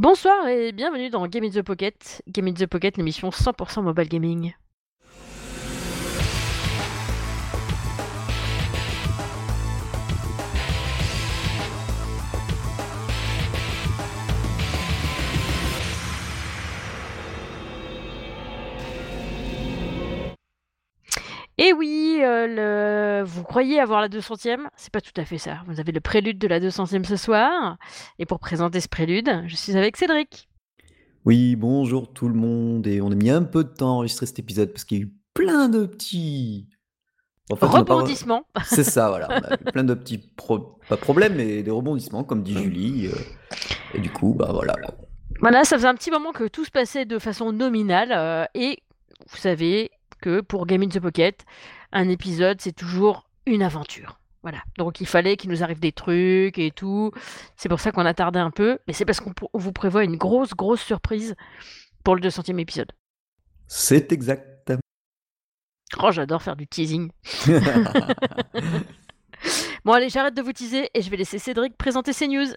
Bonsoir et bienvenue dans Game in the Pocket. Game in the Pocket, l'émission 100% mobile gaming. Et oui, vous croyez avoir la 200e? C'est pas tout à fait ça. Vous avez le prélude de la 200e ce soir. Et pour présenter ce prélude, je suis avec Cédric. Oui, bonjour tout le monde, et on a mis un peu de temps à enregistrer cet épisode parce qu'il y a eu plein de petits. En fait, on n'a pas. Rebondissement. C'est ça, voilà. On a eu plein de petits pas problèmes, mais des rebondissements, comme dit Julie. Et du coup, bah voilà, quoi. Voilà, ça faisait un petit moment que tout se passait de façon nominale. Et vous savez que pour Game in the Pocket, un épisode, c'est toujours une aventure. Voilà. Donc il fallait qu'il nous arrive des trucs et tout. C'est pour ça qu'on a tardé un peu. Mais c'est parce qu'on vous prévoit une grosse surprise pour le 200e épisode. C'est exactement. Oh, j'adore faire du teasing. Bon, allez, j'arrête de vous teaser et je vais laisser Cédric présenter ses news.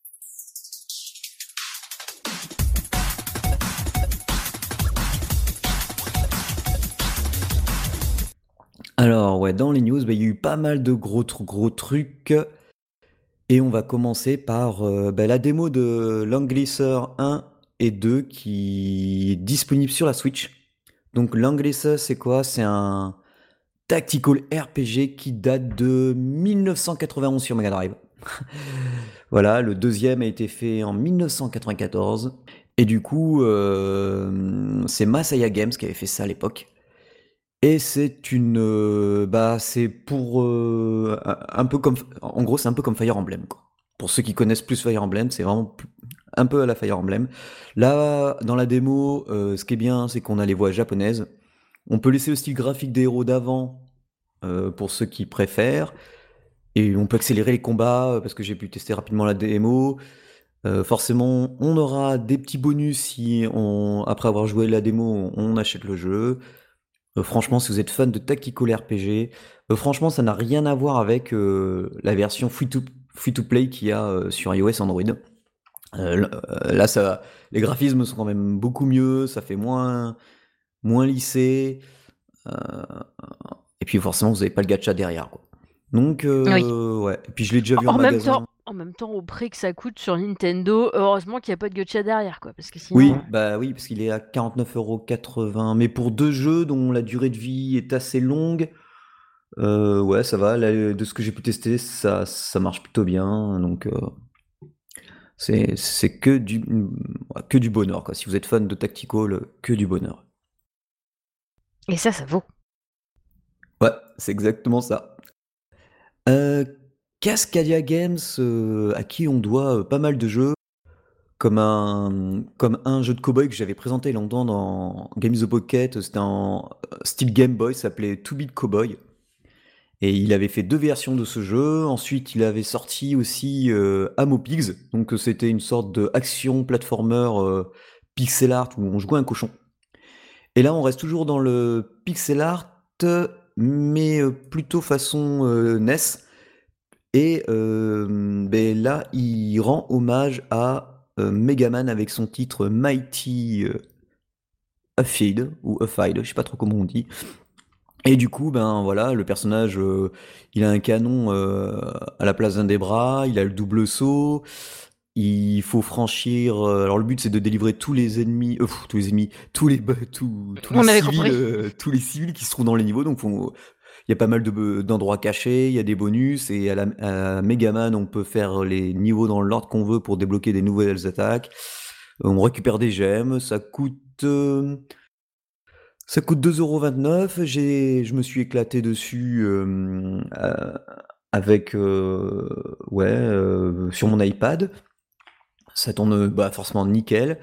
Alors, ouais, dans les news, bah, il y a eu pas mal de gros trucs. Et on va commencer par bah, la démo de Langlisser 1 et 2 qui est disponible sur la Switch. Donc Langlisser, c'est quoi? C'est un tactical RPG qui date de 1991 sur Mega Drive. Voilà, le deuxième a été fait en 1994. Et du coup, c'est Masaya Games qui avait fait ça à l'époque. Et c'est c'est pour un peu comme, en gros, c'est un peu comme Fire Emblem, quoi. Pour ceux qui connaissent plus Fire Emblem, c'est vraiment un peu à la Fire Emblem. Là, dans la démo, ce qui est bien, c'est qu'on a les voix japonaises. On peut laisser le style graphique des héros d'avant pour ceux qui préfèrent. Et on peut accélérer les combats parce que j'ai pu tester rapidement la démo. Forcément, on aura des petits bonus si après avoir joué la démo, on achète le jeu. Franchement, si vous êtes fan de Tactical RPG, franchement, ça n'a rien à voir avec la version free to play qu'il y a sur iOS et Android. Là, les graphismes sont quand même beaucoup mieux, ça fait moins lissé. euh, et puis forcément, vous n'avez pas le gacha derrière, quoi. Donc, Oui. ouais. Et puis je l'ai déjà vu en En même temps, magasin. au prix que ça coûte sur Nintendo, heureusement qu'il n'y a pas de gacha derrière, quoi. Parce que sinon. Oui, bah oui, parce qu'il est à 49,80 €. Mais pour deux jeux dont la durée de vie est assez longue, ouais, ça va. Là, de ce que j'ai pu tester, ça marche plutôt bien. Donc, c'est que du bonheur, quoi. Si vous êtes fan de Tactical, que du bonheur. Et ça vaut. Ouais, c'est exactement ça. Euh, Cascadia Games, à qui on doit pas mal de jeux, comme un jeu de cowboy que j'avais présenté longtemps dans Game the Pocket, c'était en style Game Boy, ça s'appelait 2-Bit Cowboy. Et il avait fait deux versions de ce jeu. Ensuite, il avait sorti aussi Ammo Pigs. Donc, c'était une sorte de action platformer pixel art où on jouait un cochon. Et là, on reste toujours dans le pixel art, mais plutôt façon NES. Et ben là, il rend hommage à Megaman avec son titre Mighty Affide, ou Affide, je sais pas trop comment on dit. Et du coup, ben voilà, le personnage, il a un canon à la place d'un des bras, il a le double saut, il faut franchir. Alors le but c'est de délivrer tous les ennemis, tous les ennemis, tous les On avait civils, compris. tous les civils qui se trouvent dans les niveaux. Donc il y a pas mal d'endroits cachés, il y a des bonus et à Megaman on peut faire les niveaux dans l'ordre qu'on veut pour débloquer des nouvelles attaques. On récupère des gemmes, ça coûte 2,29 €. Je me suis éclaté dessus avec, ouais, sur mon iPad. Ça tourne bah, forcément nickel.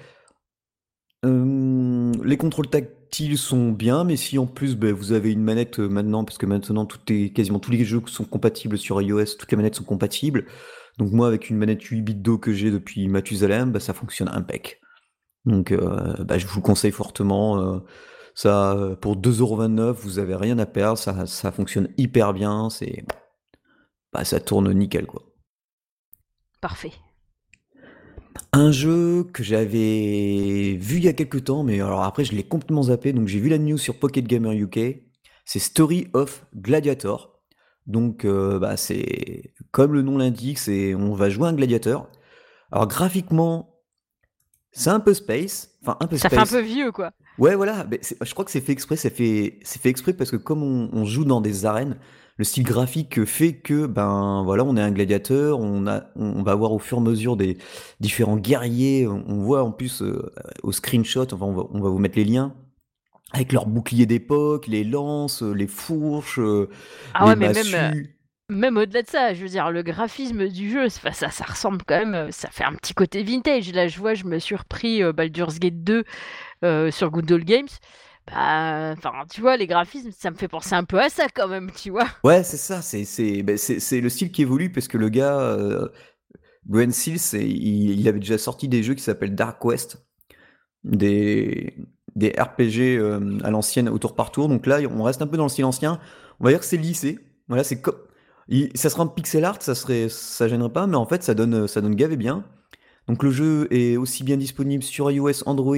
Les contrôles tactiles sont bien, mais si en plus bah, vous avez une manette maintenant, parce que maintenant quasiment tous les jeux sont compatibles sur iOS, toutes les manettes sont compatibles. Donc moi avec une manette 8 bits d'eau que j'ai depuis Mathusalem, bah, ça fonctionne impec. Donc bah, je vous le conseille fortement. Ça, pour 2,29 €, vous avez rien à perdre, ça fonctionne hyper bien, bah, ça tourne nickel quoi. Parfait. Un jeu que j'avais vu il y a quelques temps, mais alors après je l'ai complètement zappé, donc j'ai vu la news sur Pocket Gamer UK, c'est Story of Gladiator. Donc bah, c'est comme le nom l'indique, c'est on va jouer un gladiateur. Alors graphiquement, c'est un peu space, enfin un peu Ça fait un peu space. vieux, quoi. Ouais, voilà, mais je crois que c'est fait exprès, c'est fait exprès parce que comme on joue dans des arènes, le style graphique fait que, ben voilà, on est un gladiateur, on va voir au fur et à mesure des différents guerriers, on voit en plus au screenshot, enfin on va vous mettre les liens, avec leurs boucliers d'époque, les lances, les fourches, Ah les ouais, mais même, massues. même au-delà de ça, je veux dire, le graphisme du jeu, ça ressemble quand même, ça fait un petit côté vintage. Là, je vois, je me suis repris Baldur's Gate 2 sur Good Old Games. Bah, enfin, tu vois, les graphismes, ça me fait penser un peu à ça quand même, tu vois. Ouais, c'est ça, c'est le style qui évolue parce que le gars, Gwen Seals, il avait déjà sorti des jeux qui s'appellent Dark Quest, des, des RPG à l'ancienne au tour par tour. Donc là, on reste un peu dans le style ancien. On va dire que c'est lissé. Voilà, c'est comme. Ça serait un pixel art, ça gênerait pas, mais en fait, ça donne gavé bien. Donc le jeu est aussi bien disponible sur iOS, Android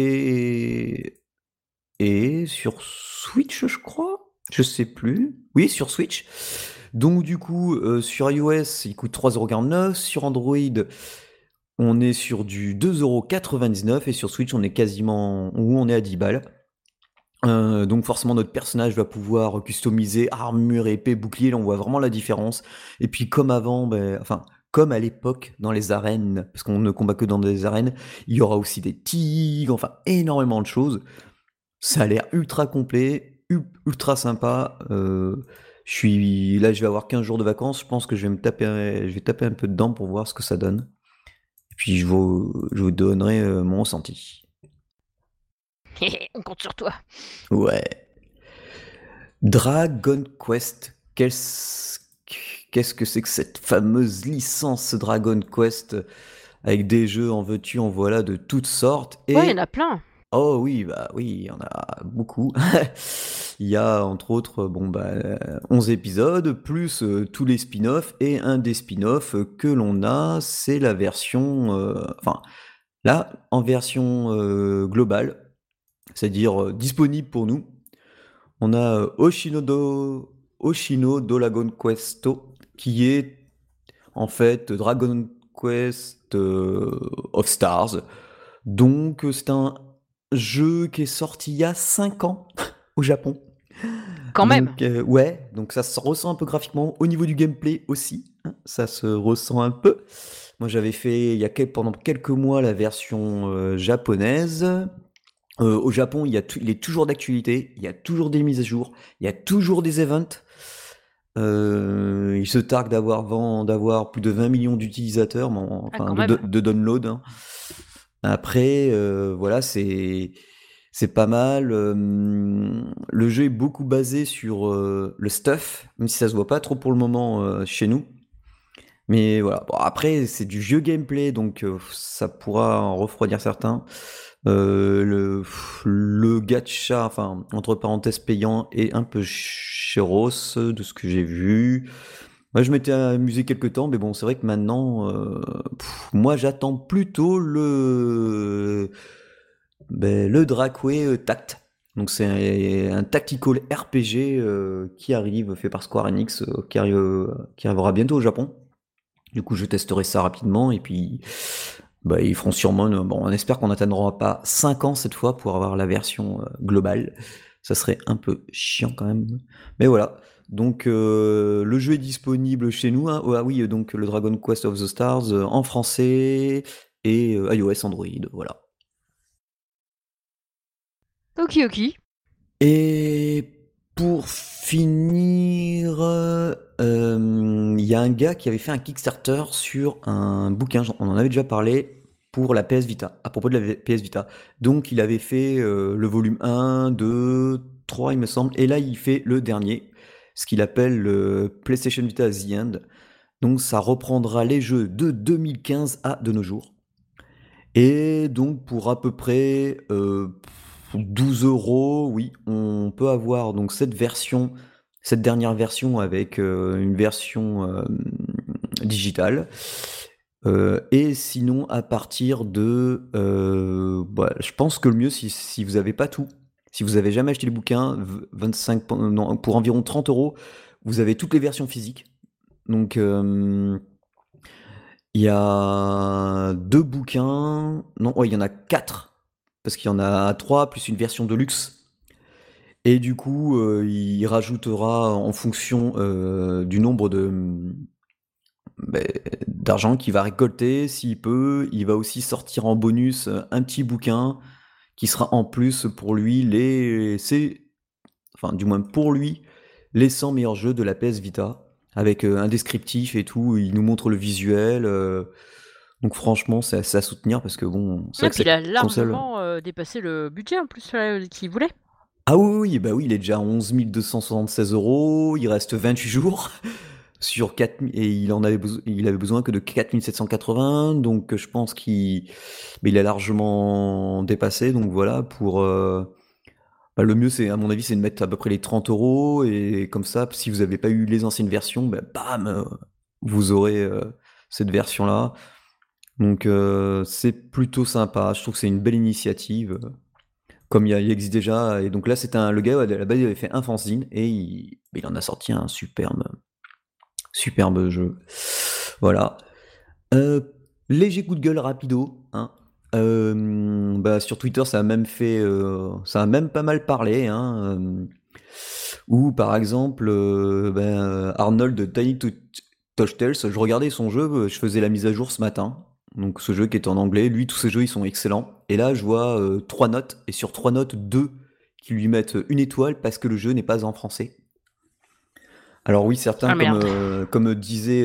et sur Switch, je crois. Je sais plus. Oui, sur Switch. Donc du coup, sur iOS, il coûte 3,49 €. Sur Android, on est sur du 2,99 € et sur Switch, on est quasiment où on est à 10 balles. Donc forcément notre personnage va pouvoir customiser armure, épée, bouclier, là on voit vraiment la différence. Et puis comme avant, enfin comme à l'époque dans les arènes, parce qu'on ne combat que dans des arènes, il y aura aussi des tigres, enfin énormément de choses. Ça a l'air ultra complet, ultra sympa. Je vais avoir 15 jours de vacances, je pense que je vais taper un peu dedans pour voir ce que ça donne. Et puis je vous donnerai mon ressenti. On compte sur toi. Ouais. Dragon Quest. Qu'est-ce que c'est que cette fameuse licence Dragon Quest avec des jeux en veux-tu, en voilà de toutes sortes Ouais, il y en a et plein. oh oui, bah oui, il y en a beaucoup. Il y a entre autres bon, 11 épisodes, plus tous les spin-offs, et un des spin-offs que l'on a, c'est la version, enfin là, en version globale, c'est-à-dire disponible pour nous. On a Oshino Dolagon Questo, qui est en fait Dragon Quest of Stars. Donc c'est un jeu qui est sorti il y a 5 ans au Japon. Quand même. Donc ouais, donc ça se ressent un peu graphiquement au niveau du gameplay aussi, hein, ça se ressent un peu. Moi j'avais fait pendant quelques mois la version japonaise. Au Japon, il est toujours d'actualité, il y a toujours des mises à jour, il y a toujours des events. Il se targue d'avoir plus de 20 millions d'utilisateurs, Ah, enfin quand même. de downloads, hein. Après, voilà, c'est pas mal. Le jeu est beaucoup basé sur le stuff, même si ça se voit pas trop pour le moment chez nous. Mais voilà. Bon, après, c'est du vieux gameplay, donc ça pourra en refroidir certains. Le gacha, enfin, entre parenthèses payant, est un peu chéros de ce que j'ai vu. Moi, je m'étais amusé quelques temps, mais bon, c'est vrai que maintenant, moi, j'attends plutôt le Dracway Tact. Donc, c'est un tactical RPG qui arrive, fait par Square Enix, qui arrivera bientôt au Japon. Du coup, je testerai ça rapidement et puis bah, ils feront sûrement. Bon, on espère qu'on n'atteindra pas 5 ans cette fois pour avoir la version globale. Ça serait un peu chiant quand même. Mais voilà. Donc, le jeu est disponible chez nous, hein. Ah oui, donc le Dragon Quest of the Stars en français et iOS, Android. Voilà. Ok, ok. Et pour finir, il y a un gars qui avait fait un Kickstarter sur un bouquin, on en avait déjà parlé, pour la PS Vita, à propos de la PS Vita. Donc il avait fait le volume 1, 2, 3 il me semble, et là il fait le dernier, ce qu'il appelle le PlayStation Vita The End. Donc ça reprendra les jeux de 2015 à de nos jours. Et donc pour à peu près 12 euros, oui, on peut avoir donc cette dernière version avec une version digitale. Et sinon, à partir de, je pense que le mieux, si vous avez pas tout, si vous avez jamais acheté les bouquins, 25, non, pour environ 30 euros, vous avez toutes les versions physiques. Donc, il y a 2 bouquins, non, ouais, il y en a 4, parce qu'il y en a 3 plus une version de luxe. Et du coup, il rajoutera en fonction du nombre ben, d'argent qu'il va récolter, s'il peut. Il va aussi sortir en bonus un petit bouquin qui sera en plus pour lui enfin du moins pour lui, les 100 meilleurs jeux de la PS Vita, avec un descriptif et tout. Il nous montre le visuel. Donc franchement, c'est à soutenir parce que bon, c'est Et vrai que puis il cette a console. largement dépassé le budget en plus qu'il voulait. Ah oui, oui, bah oui, il est déjà à 11 276 euros. Il reste 28 jours sur 4 000, et il avait besoin que de 4 780. Donc je pense mais il a largement dépassé. Donc voilà, le mieux, à mon avis, c'est de mettre à peu près les 30 euros. Et comme ça, si vous n'avez pas eu les anciennes versions, bah, bam, vous aurez cette version-là. Donc c'est plutôt sympa. Je trouve que c'est une belle initiative. Comme il existe déjà. Et donc là, le gars, à la base, il avait fait un fanzine et il en a sorti un superbe jeu. Voilà. Euh, Léger coup de gueule rapido, hein. Sur Twitter, ça a même pas mal parlé, hein. Ou par exemple, Arnold de Touch Tales, je regardais son jeu, je faisais la mise à jour ce matin. Donc ce jeu qui est en anglais, lui, tous ses jeux, ils sont excellents. Et là, je vois 3 notes, et sur 3 notes, 2 qui lui mettent une étoile parce que le jeu n'est pas en français. Alors oui, certains, Ah merde. comme disait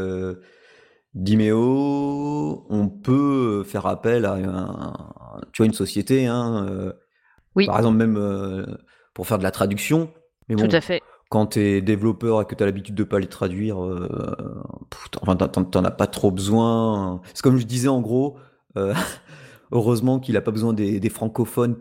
Dimeo, on peut faire appel à une société, hein, Oui, par exemple même pour faire de la traduction. Mais tout bon, à fait. quand t'es développeur et que t'as l'habitude de pas les traduire, enfin t'en as pas trop besoin. C'est comme je disais en gros, euh, heureusement qu'il a pas besoin des francophones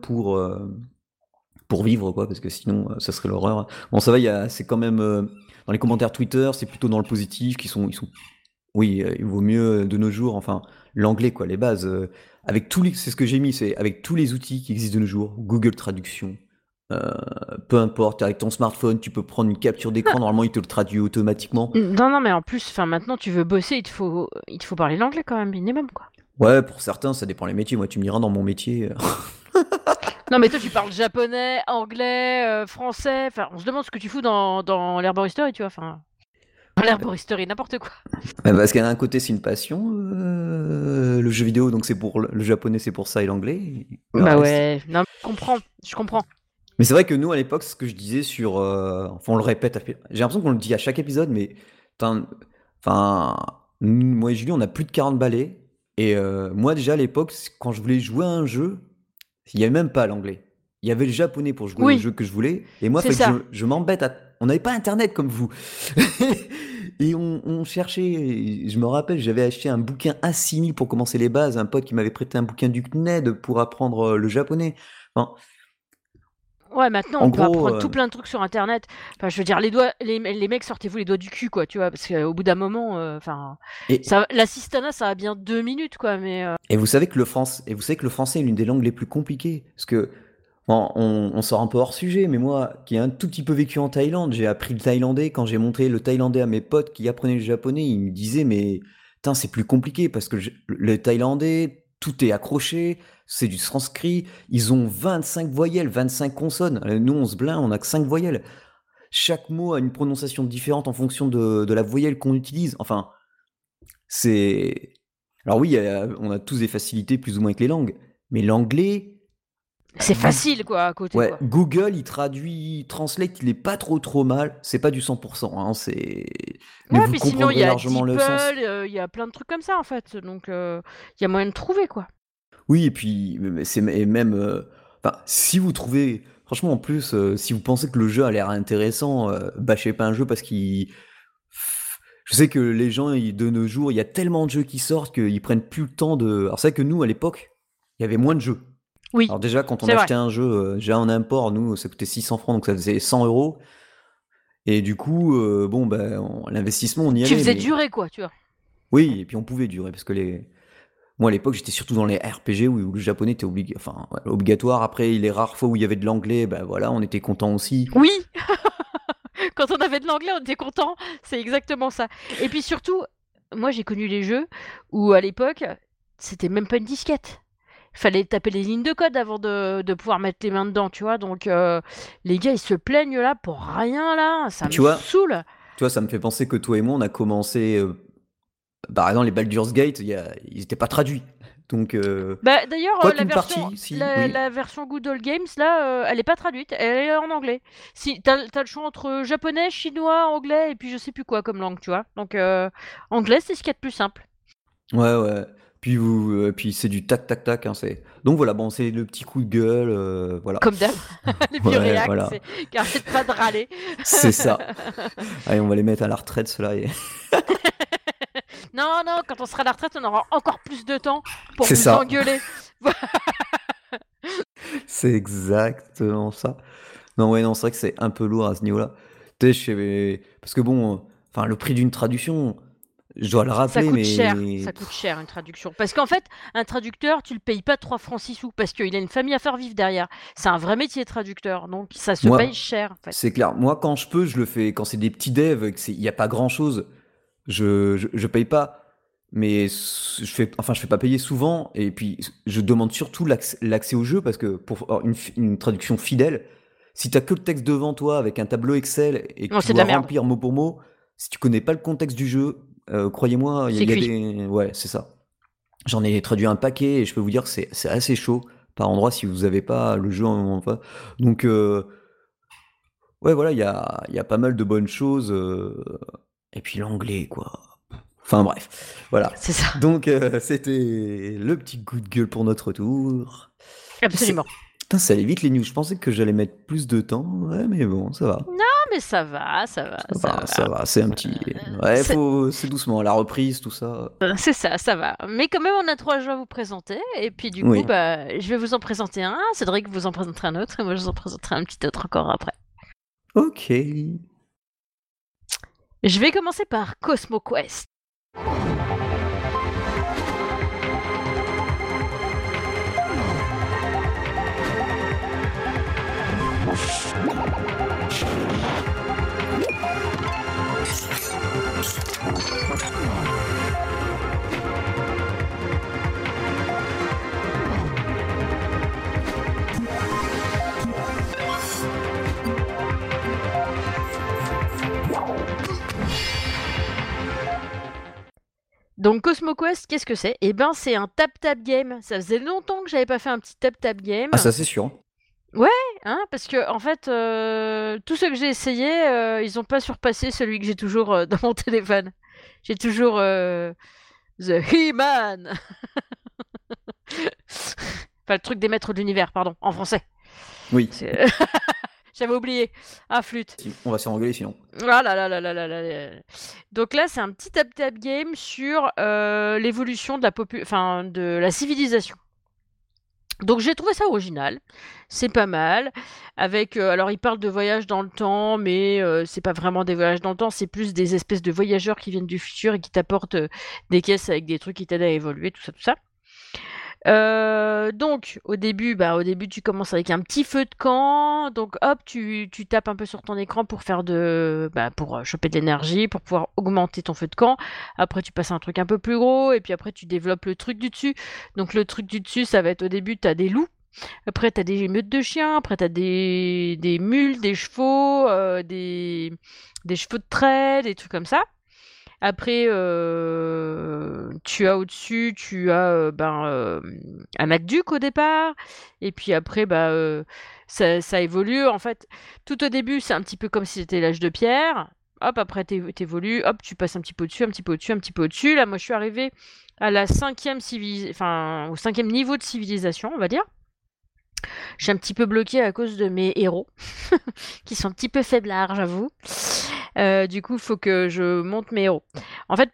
pour vivre, quoi, parce que sinon ça serait l'horreur. Bon, ça va, c'est quand même dans les commentaires Twitter, c'est plutôt dans le positif, oui, il vaut mieux de nos jours, enfin, l'anglais, quoi, les bases. C'est ce que j'ai mis, c'est avec tous les outils qui existent de nos jours, Google Traduction, euh, peu importe, avec ton smartphone, tu peux prendre une capture d'écran, normalement, il te le traduit automatiquement. Non, non, mais en plus, enfin, maintenant, tu veux bosser, il te faut parler l'anglais quand même, minimum, quoi. Ouais, pour certains, ça dépend les métiers. Moi, tu me diras, dans mon métier. Non, mais toi, tu parles japonais, anglais, français. Enfin, on se demande ce que tu fous dans l'herboristerie, tu vois. Enfin, dans l'herboristerie, n'importe quoi. Parce qu'il y a un côté, c'est une passion, le jeu vidéo, donc c'est pour le japonais, c'est pour ça, et l'anglais, et le Bah reste. ouais, non, je comprends, je comprends. Mais c'est vrai que nous, à l'époque, ce que je disais enfin, on le répète, j'ai l'impression qu'on le dit à chaque épisode, mais putain, enfin, moi et Julie, on a plus de 40 balais. Et moi, déjà, à l'époque, quand je voulais jouer à un jeu, il n'y avait même pas l'anglais. Il y avait le japonais pour jouer au Oui, jeu que je voulais. Et moi, il c'est fallait que ça. je m'embête à. On n'avait pas Internet comme vous. Et on cherchait. Je me rappelle, j'avais acheté un bouquin A6000 pour commencer les bases. Un pote qui m'avait prêté un bouquin du CNED pour apprendre le japonais. Enfin, Ouais, maintenant, en on peut gros, apprendre tout plein de trucs sur Internet. Enfin, je veux dire, les mecs, sortez-vous les doigts du cul, quoi, tu vois, parce qu'au bout d'un moment, enfin, et, l'assistanat, ça a bien 2 minutes, quoi, mais Et vous savez que le français est l'une des langues les plus compliquées. Parce que, bon, on sort un peu hors sujet, mais moi, qui ai un tout petit peu vécu en Thaïlande, j'ai appris le thaïlandais. Quand j'ai montré le thaïlandais à mes potes qui apprenaient le japonais, ils me disaient, mais, putain, c'est plus compliqué parce que le thaïlandais, tout est accroché, c'est du sanskrit. Ils ont 25 voyelles, 25 consonnes. Nous, on se blinde, on a que 5 voyelles. Chaque mot a une prononciation différente en fonction de la voyelle qu'on utilise. Enfin, c'est. Alors oui, on a tous des facilités plus ou moins avec les langues, mais l'anglais, c'est Goo- facile, quoi, à côté, ouais, quoi. Google, il traduit, translate, il est pas trop mal. C'est pas du 100%, hein, mais Ouais, vous puis sinon, il y comprendrez a largement le DeepL, sens. il y a plein de trucs comme ça, en fait. Donc, il y a moyen de trouver, quoi. Oui, et puis et même, enfin, si vous trouvez, franchement, en plus, si vous pensez que le jeu a l'air intéressant, bâchez pas un jeu parce qu'il. Je sais que les gens, de nos jours, il y a tellement de jeux qui sortent qu'ils prennent plus le temps de. Alors c'est vrai que nous, à l'époque, il y avait moins de jeux. Oui, Alors déjà, quand on c'est vrai. achetait un jeu, déjà en import, nous, ça coûtait 600 francs, donc ça faisait 100 euros. Et du coup, bon, ben, l'investissement, on y Tu allait, faisais mais durer, quoi, tu vois. Oui, et puis on pouvait durer, parce que moi à l'époque j'étais surtout dans les RPG où le japonais était obligatoire. Après, les rares fois où il y avait de l'anglais, bah voilà, on était content aussi. Oui, quand on avait de l'anglais, on était content. C'est exactement ça. Et puis surtout, moi j'ai connu les jeux où à l'époque, c'était même pas une disquette. Fallait taper les lignes de code avant de pouvoir mettre les mains dedans, tu vois. Donc les gars, ils se plaignent là pour rien là. Ça Tu me vois, saoule. ça me fait penser que toi et moi on a commencé, par exemple les Baldur's Gate, ils étaient pas traduits. Donc, Bah, d'ailleurs, quoi qu'une partie, si, oui. la version Good Old Games, là, elle est pas traduite, elle est en anglais. Si, t'as le choix entre japonais, chinois, anglais, et puis je sais plus quoi comme langue, tu vois. Donc, anglais, c'est ce qu'il y a de plus simple. Ouais, ouais. Puis c'est du tac tac tac, hein, Donc voilà, bon, c'est le petit coup de gueule, voilà. Comme d'hab. Les vieux Ouais, réacs, voilà. c'est qui arrêtent pas de râler. C'est ça. Allez, on va les mettre à la retraite, ceux-là. Non, non, quand on sera à la retraite, on aura encore plus de temps pour C'est vous ça. engueuler. C'est exactement ça. Non, ouais, non, c'est vrai que c'est un peu lourd à ce niveau-là. Tu sais, parce que bon, enfin, le prix d'une traduction, je dois le Ça rappeler, coûte cher, mais ça coûte cher une traduction. Parce qu'en fait, un traducteur, tu le payes pas 3 francs 6 sous parce qu'il a une famille à faire vivre derrière. C'est un vrai métier traducteur, donc ça se paye moi, cher en fait. c'est clair. Moi, quand je peux, je le fais. Quand c'est des petits devs, il n'y a pas grand-chose, je paye pas. Mais je fais pas payer souvent. Et puis, je demande surtout l'accès au jeu parce que pour avoir une traduction fidèle, si t'as que le texte devant toi avec un tableau Excel et que Non, tu c'est de la dois merde. remplir mot pour mot, si tu connais pas le contexte du jeu, croyez-moi, C'est il y a cuit. des. Ouais, c'est ça. J'en ai traduit un paquet et je peux vous dire que c'est assez chaud par endroit si vous avez pas le jeu en face. Donc, ouais, voilà, il y a pas mal de bonnes choses. Et puis l'anglais, quoi. Enfin bref, voilà. C'est ça. Donc c'était le petit coup de gueule pour notre tour. Absolument. Putain, ça allait vite les news. Je pensais que j'allais mettre plus de temps. Ouais, mais bon, ça va. Non, mais ça va, ça va, Ça ça va, ça va. va. C'est un petit. Ouais, C'est c'est doucement. La reprise, tout ça. c'est ça, ça va. Mais quand même, on a 3 jeux à vous présenter. Et puis du coup, Oui. bah, je vais vous en présenter un. Cédric vous en présentera un autre. Et moi, je vous en présenterai un petit autre encore après. Ok. Je vais commencer par Cosmo Quest. Donc Cosmo Quest, qu'est-ce que c'est? Eh ben, c'est un tap-tap game. Ça faisait longtemps que j'avais pas fait un petit tap-tap game. Ah, ça c'est sûr. Hein, parce que en fait, tous ceux que j'ai essayé, ils ont pas surpassé celui que j'ai toujours dans mon téléphone. J'ai toujours The He-Man. Enfin, le truc des maîtres de l'univers, pardon, en français. Oui. J'avais oublié. Ah, flûte. On va se faire engueuler sinon. Ah là là là là là là là. Donc là, c'est un petit tap-tap game sur l'évolution de la civilisation. Donc j'ai trouvé ça original, c'est pas mal. Avec, alors il parle de voyage dans le temps, mais c'est pas vraiment des voyages dans le temps, c'est plus des espèces de voyageurs qui viennent du futur et qui t'apportent des caisses avec des trucs qui t'aident à évoluer, tout ça, tout ça. Donc au début tu commences avec un petit feu de camp, donc hop tu tapes un peu sur ton écran pour pour choper de l'énergie, pour pouvoir augmenter ton feu de camp. Après tu passes à un truc un peu plus gros et puis après tu développes le truc du dessus. Donc le truc du dessus ça va être au début t'as des loups, après t'as des meutes de chiens, après t'as des mules, des chevaux, des chevaux de trait, des trucs comme ça. Après, tu as au-dessus, un aqueduc au départ. Et puis après, ça évolue. En fait, tout au début, c'est un petit peu comme si c'était l'âge de pierre. Hop, après, t'évolues. Hop, tu passes un petit peu au-dessus, un petit peu au-dessus, un petit peu au-dessus. Là, moi, je suis arrivée à la au 5e niveau de civilisation, on va dire. Je suis un petit peu bloquée à cause de mes héros, qui sont un petit peu faiblards, j'avoue. Du coup, il faut que je monte mes héros. En fait,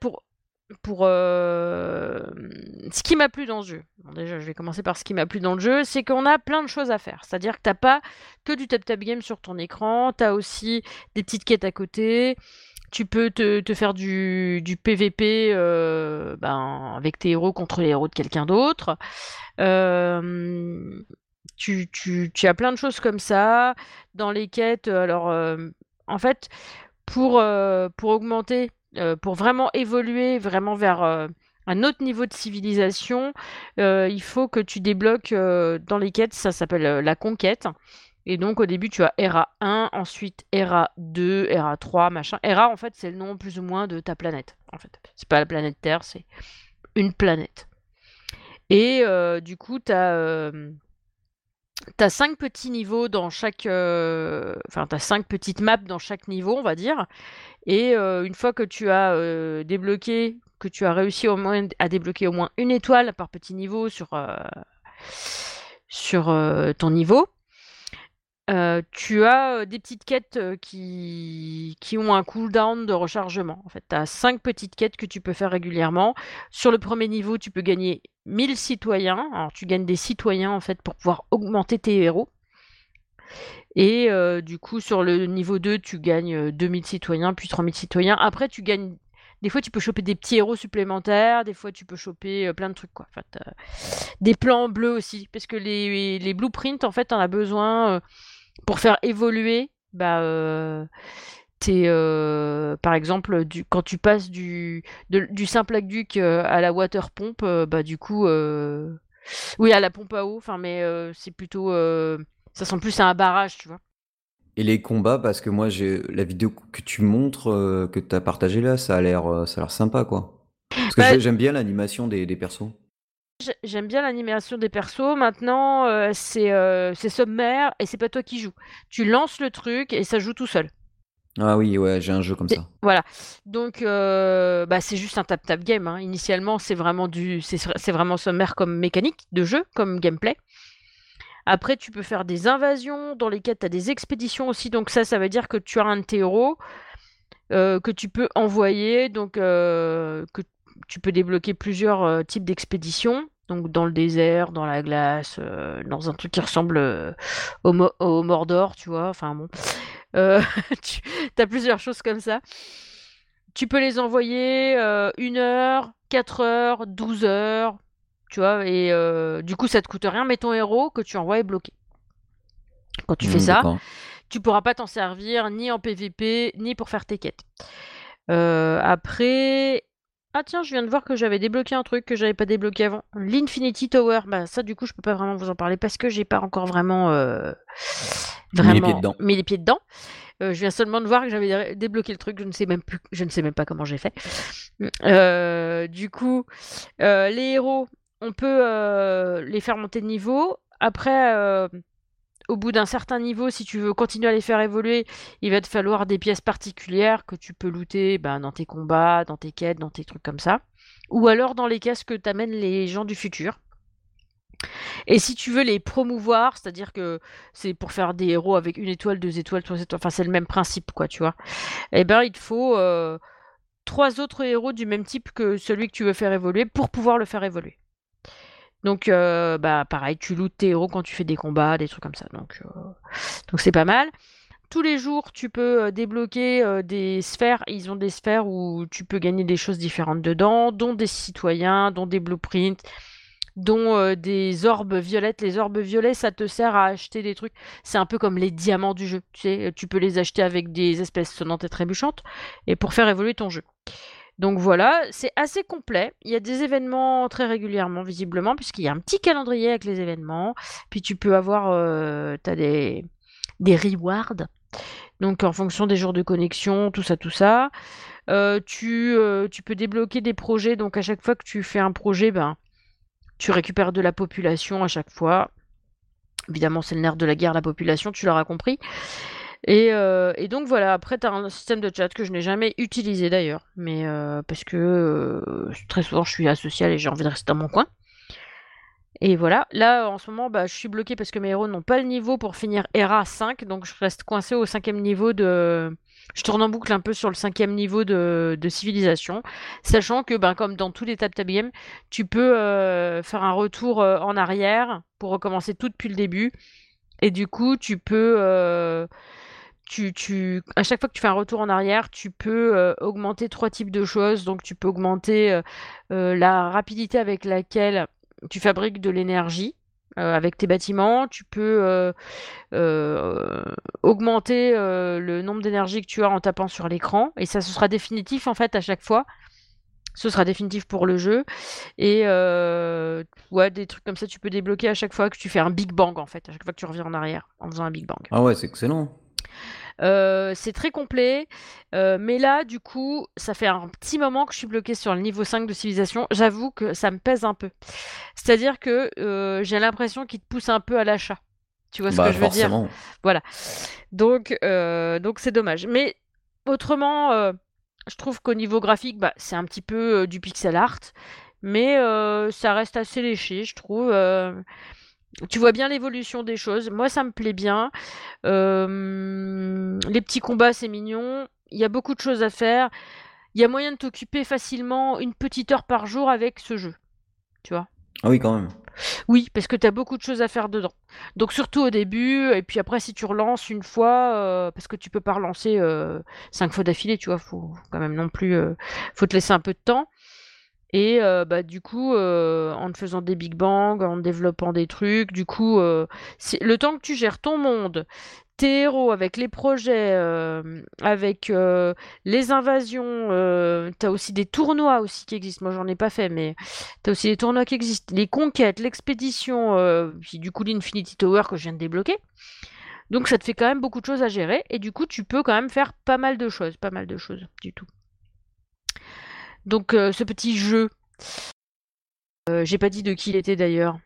ce qui m'a plu dans ce jeu, bon, déjà, je vais commencer par ce qui m'a plu dans le jeu, c'est qu'on a plein de choses à faire. C'est-à-dire que t'as pas que du tap-tap game sur ton écran, t'as aussi des petites quêtes à côté. Tu peux te faire du PVP avec tes héros contre les héros de quelqu'un d'autre. Tu as plein de choses comme ça. Dans les quêtes, alors en fait, pour augmenter, pour vraiment évoluer vraiment vers un autre niveau de civilisation, il faut que tu débloques dans les quêtes, ça s'appelle la conquête. Et donc au début tu as Hera 1, ensuite Hera 2, Hera 3, machin. Hera en fait c'est le nom plus ou moins de ta planète. En fait, c'est pas la planète Terre, c'est une planète. Et du coup t'as 5 petits niveaux dans chaque. Enfin, t'as 5 petites maps dans chaque niveau, on va dire. Et une fois que tu as débloqué, que tu as réussi au moins à débloquer au moins une étoile par petit niveau sur ton niveau, tu as des petites quêtes qui ont un cooldown de rechargement. En fait, tu as 5 petites quêtes que tu peux faire régulièrement. Sur le premier niveau, tu peux gagner 1000 citoyens. Alors, tu gagnes des citoyens en fait pour pouvoir augmenter tes héros. Et du coup, sur le niveau 2, tu gagnes 2000 citoyens, puis 3000 citoyens. Après, tu gagnes. Des fois, tu peux choper des petits héros supplémentaires. Des fois, tu peux choper plein de trucs, quoi. En fait, des plans bleus aussi. Parce que les blueprints, en fait, on a besoin pour faire évoluer. Par exemple, quand tu passes du simple aqueduc à la water pompe, du coup. Oui, à la pompe à eau. Enfin, mais c'est plutôt. Ça ressemble plus à un barrage, tu vois. Et les combats, parce que moi, j'ai la vidéo que tu montres, que tu as partagée là, ça a l'air sympa, quoi. Parce que Bah, j'aime bien l'animation des persos. j'aime bien l'animation des persos. Maintenant, c'est sommaire et c'est pas toi qui joues. Tu lances le truc et ça joue tout seul. Ah oui, ouais, j'ai un jeu comme ça. Voilà. Donc, c'est juste un tap-tap game, hein. Initialement, c'est vraiment sommaire comme mécanique de jeu, comme gameplay. Après, tu peux faire des invasions dans lesquelles tu as des expéditions aussi. Donc ça veut dire que tu as un de tes héros que tu peux envoyer, donc que tu peux débloquer plusieurs types d'expéditions. Donc dans le désert, dans la glace, dans un truc qui ressemble au Mordor, tu vois. Enfin bon, Euh, tu as plusieurs choses comme ça. Tu peux les envoyer 1 heure, 4 heures, 12 heures, tu vois. Et du coup, ça te coûte rien, mais ton héros que tu envoies est bloqué. Quand tu fais ça, D'accord. tu pourras pas t'en servir ni en PVP, ni pour faire tes quêtes. Après. Ah tiens, je viens de voir que j'avais débloqué un truc que j'avais pas débloqué avant. L'Infinity Tower. Bah ça du coup je peux pas vraiment vous en parler parce que j'ai pas encore vraiment Mis les pieds dedans. mis les pieds dedans. Je viens seulement de voir que j'avais débloqué le truc, je ne sais même pas comment j'ai fait. Du coup, les héros, on peut les faire monter de niveau. Après, au bout d'un certain niveau, si tu veux continuer à les faire évoluer, il va te falloir des pièces particulières que tu peux looter dans tes combats, dans tes quêtes, dans tes trucs comme ça. Ou alors dans les caisses que t'amènent les gens du futur. Et si tu veux les promouvoir, c'est-à-dire que c'est pour faire des héros avec 1 étoile, 2 étoiles, 3 étoiles, enfin c'est le même principe, quoi, tu vois. Eh ben, il te faut 3 autres héros du même type que celui que tu veux faire évoluer pour pouvoir le faire évoluer. Donc, pareil, tu lootes tes héros quand tu fais des combats, des trucs comme ça. Donc c'est pas mal. Tous les jours, tu peux débloquer des sphères. Ils ont des sphères où tu peux gagner des choses différentes dedans, dont des citoyens, dont des blueprints, dont des orbes violettes. Les orbes violets, ça te sert à acheter des trucs. C'est un peu comme les diamants du jeu. Tu sais, tu peux les acheter avec des espèces sonnantes et trébuchantes et pour faire évoluer ton jeu. Donc voilà, c'est assez complet. Il y a des événements très régulièrement, visiblement, puisqu'il y a un petit calendrier avec les événements. Puis tu peux avoir, t'as des rewards. Donc en fonction des jours de connexion, tout ça, tout ça. Tu peux débloquer des projets. Donc à chaque fois que tu fais un projet, tu récupères de la population à chaque fois. Évidemment, c'est le nerf de la guerre, la population, tu l'auras compris. Et donc voilà, après, tu as un système de chat que je n'ai jamais utilisé d'ailleurs, mais parce que très souvent je suis asociale et j'ai envie de rester dans mon coin. Et voilà, là en ce moment, je suis bloquée parce que mes héros n'ont pas le niveau pour finir Hera 5, donc je reste coincée au 5e niveau de. Je tourne en boucle un peu sur le 5e niveau de civilisation, sachant que comme dans tous les tap-tap games, tu peux faire un retour en arrière pour recommencer tout depuis le début. Et du coup, à chaque fois que tu fais un retour en arrière, tu peux augmenter 3 types de choses. Donc, tu peux augmenter la rapidité avec laquelle tu fabriques de l'énergie avec tes bâtiments. Tu peux euh, augmenter le nombre d'énergie que tu as en tapant sur l'écran. Et ça, ce sera définitif en fait à chaque fois. Ce sera définitif pour le jeu. Et ouais, des trucs comme ça, tu peux débloquer à chaque fois que tu fais un Big Bang en fait, à chaque fois que tu reviens en arrière en faisant un Big Bang. Ah ouais, c'est excellent. C'est très complet, mais là, du coup, ça fait un petit moment que je suis bloquée sur le niveau 5 de civilisation. J'avoue que ça me pèse un peu. C'est-à-dire que j'ai l'impression qu'il te pousse un peu à l'achat. Tu vois ce que Bah je veux dire? forcément. Voilà. Donc c'est dommage. Mais autrement, je trouve qu'au niveau graphique, bah, c'est un petit peu du pixel art, mais ça reste assez léché, je trouve. Tu vois bien l'évolution des choses. Moi, ça me plaît bien. Les petits combats, c'est mignon. Il y a beaucoup de choses à faire. Il y a moyen de t'occuper facilement une petite heure par jour avec ce jeu. Tu vois? Ah oui, quand même. Oui, parce que tu as beaucoup de choses à faire dedans. Donc surtout au début, et puis après si tu relances une fois, parce que tu peux pas relancer 5 fois d'affilée, tu vois, faut quand même non plus, faut te laisser un peu de temps. Et bah, du coup, en te faisant des big bangs, en développant des trucs, du coup, c'est le temps que tu gères ton monde, tes héros avec les projets, avec les invasions, t'as aussi des tournois aussi qui existent. Moi, j'en ai pas fait, mais t'as aussi des tournois qui existent. Les conquêtes, l'expédition, puis du coup l'Infinity Tower que je viens de débloquer. Donc ça te fait quand même beaucoup de choses à gérer, et du coup tu peux quand même faire pas mal de choses du tout. Donc ce petit jeu, j'ai pas dit de qui il était d'ailleurs.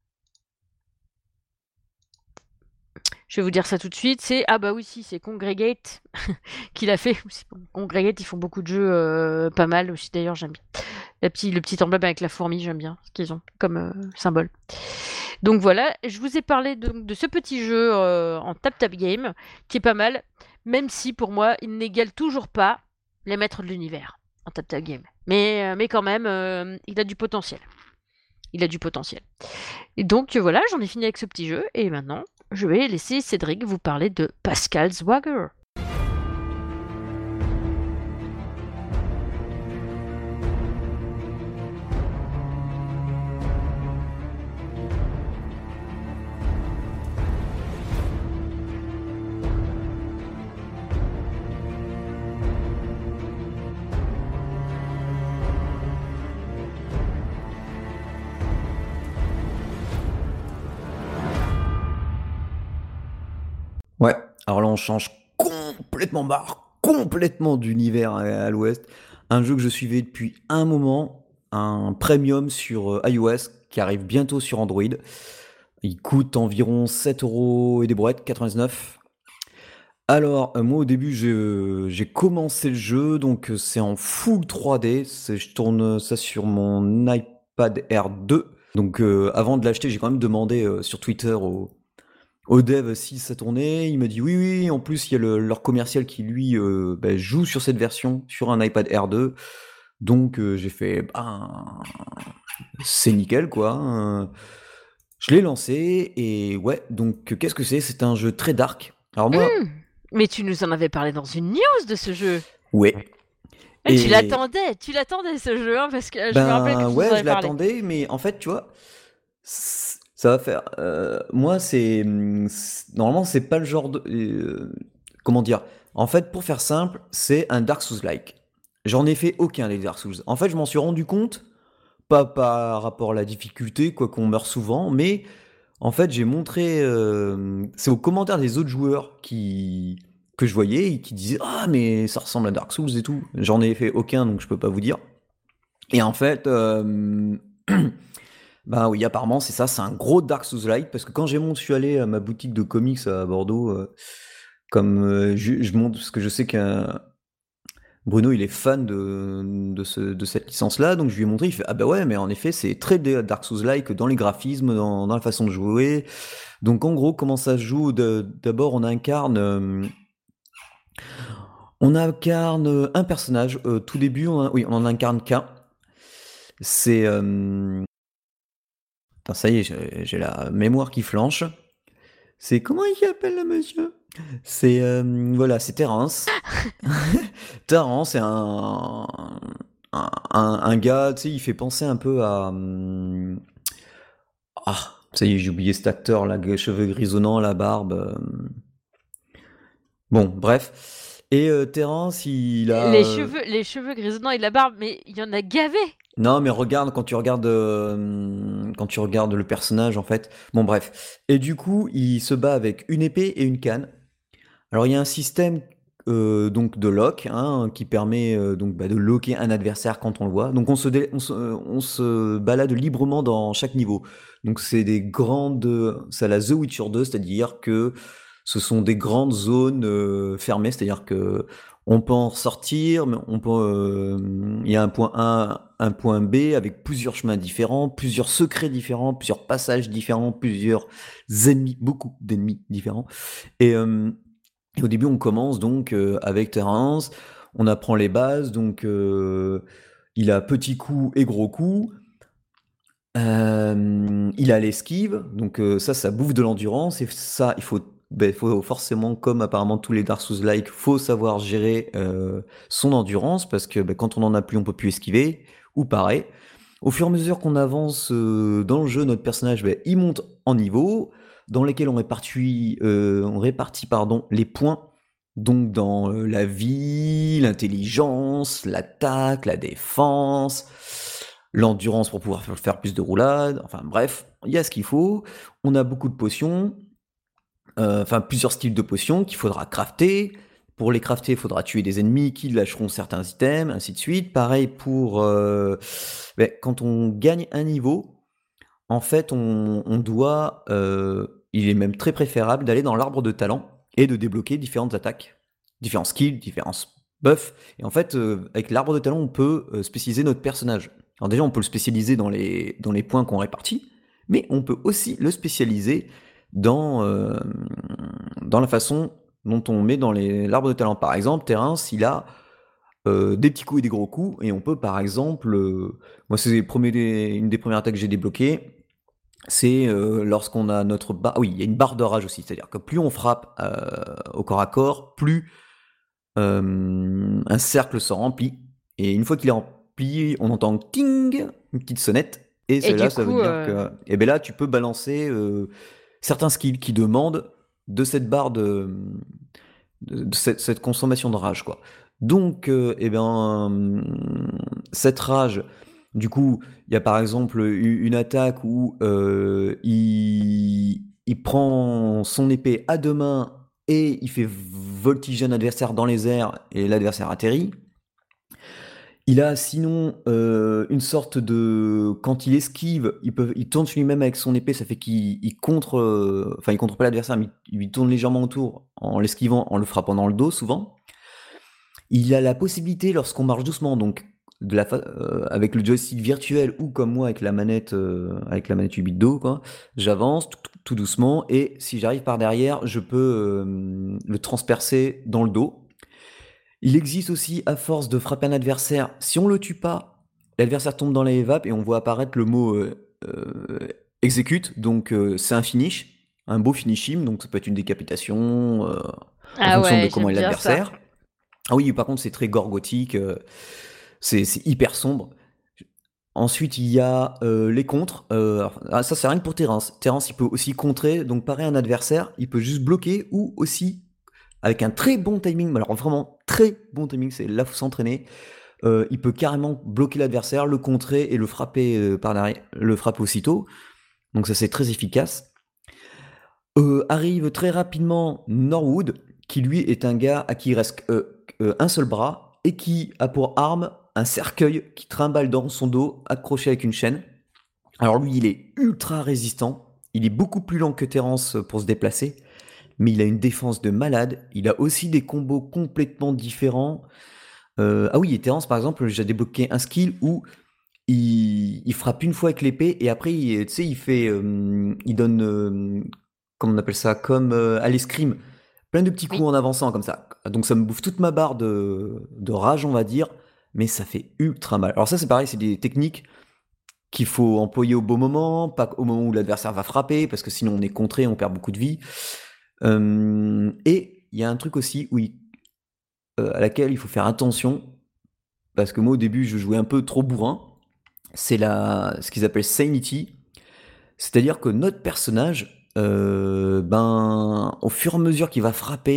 Je vais vous dire ça tout de suite. Ah bah oui, si, c'est Congregate qui l'a fait. Congregate, ils font beaucoup de jeux pas mal aussi. D'ailleurs, j'aime bien. Le petit emblème avec la fourmi, j'aime bien ce qu'ils ont comme symbole. Donc voilà, je vous ai parlé de ce petit jeu en tap-tap game qui est pas mal, même si pour moi, il n'égale toujours pas les maîtres de l'univers en tap-tap game. Mais quand même, il a du potentiel. Il a du potentiel. Et donc voilà, j'en ai fini avec ce petit jeu et maintenant je vais laisser Cédric vous parler de Pascal Swagger. Ouais, alors là on change complètement d'univers à l'ouest. Un jeu que je suivais depuis un moment, un premium sur iOS qui arrive bientôt sur Android. Il coûte environ 7 € et des brouettes, 99. Alors, moi au début j'ai commencé le jeu, donc c'est en full 3D. Je tourne ça sur mon iPad Air 2. Donc avant de l'acheter, j'ai quand même demandé sur Twitter au dev si ça tournait. Il m'a dit oui, oui. En plus, il y a leur commercial qui lui joue sur cette version sur un iPad Air 2. Donc j'ai fait c'est nickel quoi. Je l'ai lancé et ouais. Donc qu'est-ce que c'est? C'est un jeu très dark. Alors moi, Mais tu nous en avais parlé dans une news de ce jeu. ouais. Et tu Et l'attendais ce jeu, hein, parce que je me rappelle que ben tu nous en ouais, avais je parlé. l'attendais, mais en fait, tu vois, ça va faire. Moi, normalement, c'est pas le genre de. Comment dire? En fait, pour faire simple, c'est un Dark Souls-like. J'en ai fait aucun des Dark Souls. En fait, je m'en suis rendu compte, pas par rapport à la difficulté, quoi qu'on meurt souvent, mais en fait, j'ai montré. C'est aux commentaires des autres joueurs que je voyais et qui disaient ah, mais ça ressemble à Dark Souls et tout. J'en ai fait aucun, donc je peux pas vous dire. Et en fait. Bah oui, apparemment, c'est ça, c'est un gros Dark Souls-like, parce que quand je suis allé à ma boutique de comics à Bordeaux, comme je montre, parce que je sais qu'un Bruno, il est fan de cette licence-là, donc je lui ai montré, il fait, ah bah ouais, mais en effet, c'est très Dark Souls-like dans les graphismes, dans la façon de jouer. Donc en gros, comment ça se joue? D'abord, on incarne un personnage. Tout début, oui, on en incarne qu'un. C'est... Putain, ça y est, j'ai la mémoire qui flanche. C'est comment il s'appelle le monsieur? C'est voilà, c'est Terence. Terence, c'est un gars, tu sais, il fait penser un peu à ah, ça y est, j'ai oublié cet acteur là, cheveux grisonnants, la barbe. Bon, bref. Et Terence, il a Les cheveux grisonnants et la barbe, mais il y en a gavé. non, mais regarde quand tu regardes le personnage en fait. Bon, bref. Et du coup, il se bat avec une épée et une canne. Alors il y a un système donc de lock hein, qui permet donc de locker un adversaire quand on le voit. Donc on se balade librement dans chaque niveau. Donc c'est des grandes, c'est à la The Witcher 2, c'est-à-dire que ce sont des grandes zones fermées, c'est-à-dire que on peut en sortir, mais il y a un point A, un point B avec plusieurs chemins différents, plusieurs secrets différents, plusieurs passages différents, plusieurs ennemis, beaucoup d'ennemis différents. Et au début, on commence donc avec Terence, on apprend les bases, donc il a petit coup et gros coup. Il a l'esquive, donc ça bouffe de l'endurance, et ça, faut forcément, comme apparemment tous les Dark Souls-like, faut savoir gérer son endurance, parce que quand on en a plus, on peut plus esquiver, ou pareil. Au fur et à mesure qu'on avance dans le jeu, notre personnage, il monte en niveau, dans lesquels on répartit pardon, les points, donc dans la vie, l'intelligence, l'attaque, la défense, l'endurance pour pouvoir faire plus de roulades, enfin bref, il y a ce qu'il faut. On a beaucoup de potions, enfin plusieurs styles de potions qu'il faudra crafter. Pour les crafter, il faudra tuer des ennemis qui lâcheront certains items, ainsi de suite. Pareil pour quand on gagne un niveau, en fait, on doit, il est même très préférable d'aller dans l'arbre de talent et de débloquer différentes attaques, différents skills, différents buffs. Et en fait, avec l'arbre de talent, on peut spécialiser notre personnage. Alors déjà, on peut le spécialiser dans les points qu'on répartit, mais on peut aussi le spécialiser dans, dans la façon dont on met dans l'arbre de talent. Par exemple, Terence, il a des petits coups et des gros coups, et on peut par exemple, moi c'est une des premières attaques que j'ai débloquées, c'est lorsqu'on a notre barre. Ah oui, il y a une barre de rage aussi, c'est-à-dire que plus on frappe au corps à corps, plus un cercle se remplit. Et une fois qu'il est rempli, on entend ting, une petite sonnette. Et Et celle-là, du ça veut coup, dire que. Et bien là, tu peux balancer certains skills qui demandent de cette barre de cette consommation de rage, quoi. Donc, cette rage, du coup, il y a par exemple une attaque où il prend son épée à deux mains et il fait voltiger un adversaire dans les airs et l'adversaire atterrit. Il a sinon une sorte de... Quand il esquive, il tourne sur lui-même avec son épée, ça fait qu'il contre... Enfin, il contre pas l'adversaire, mais il lui tourne légèrement autour en l'esquivant, en le frappant dans le dos souvent. Il a la possibilité, lorsqu'on marche doucement, donc avec le joystick virtuel ou comme moi avec la manette 8 bits do, quoi, j'avance tout doucement et si j'arrive par derrière, je peux le transpercer dans le dos. Il existe aussi, à force de frapper un adversaire, si on le tue pas, l'adversaire tombe dans les vapes et on voit apparaître le mot execute, donc c'est un finish, un beau finishim, donc ça peut être une décapitation en ah fonction de ouais, comment j'aime est bien ça. l'adversaire. Ah oui, par contre, c'est très gore gothique, c'est hyper sombre. Ensuite, il y a les contres. Ça, c'est rien que pour Terence. Terence, il peut aussi contrer, donc pareil, un adversaire, il peut juste bloquer ou aussi, avec un très bon timing, alors vraiment très bon timing, c'est là, faut s'entraîner. Il peut carrément bloquer l'adversaire, le contrer et le frapper par derrière, le frapper aussitôt. Donc ça, c'est très efficace. Arrive très rapidement Norwood, qui lui est un gars à qui il reste un seul bras et qui a pour arme un cercueil qui trimballe dans son dos, accroché avec une chaîne. Alors lui, il est ultra résistant. Il est beaucoup plus lent que Terence pour se déplacer, mais il a une défense de malade. Il a aussi des combos complètement différents. Ah oui, et Terence, par exemple, j'ai débloqué un skill où il frappe une fois avec l'épée et après, tu sais, il donne, comment on appelle ça, comme à l'escrime, plein de petits Oui. coups en avançant comme ça. Donc ça me bouffe toute ma barre de rage, on va dire, mais ça fait ultra mal. Alors ça, c'est pareil, c'est des techniques qu'il faut employer au bon moment, pas au moment où l'adversaire va frapper, parce que sinon on est contré, on perd beaucoup de vie. Et il y a un truc aussi à laquelle il faut faire attention, parce que moi au début je jouais un peu trop bourrin, c'est ce qu'ils appellent Sanity, c'est-à-dire que notre personnage, au fur et à mesure qu'il va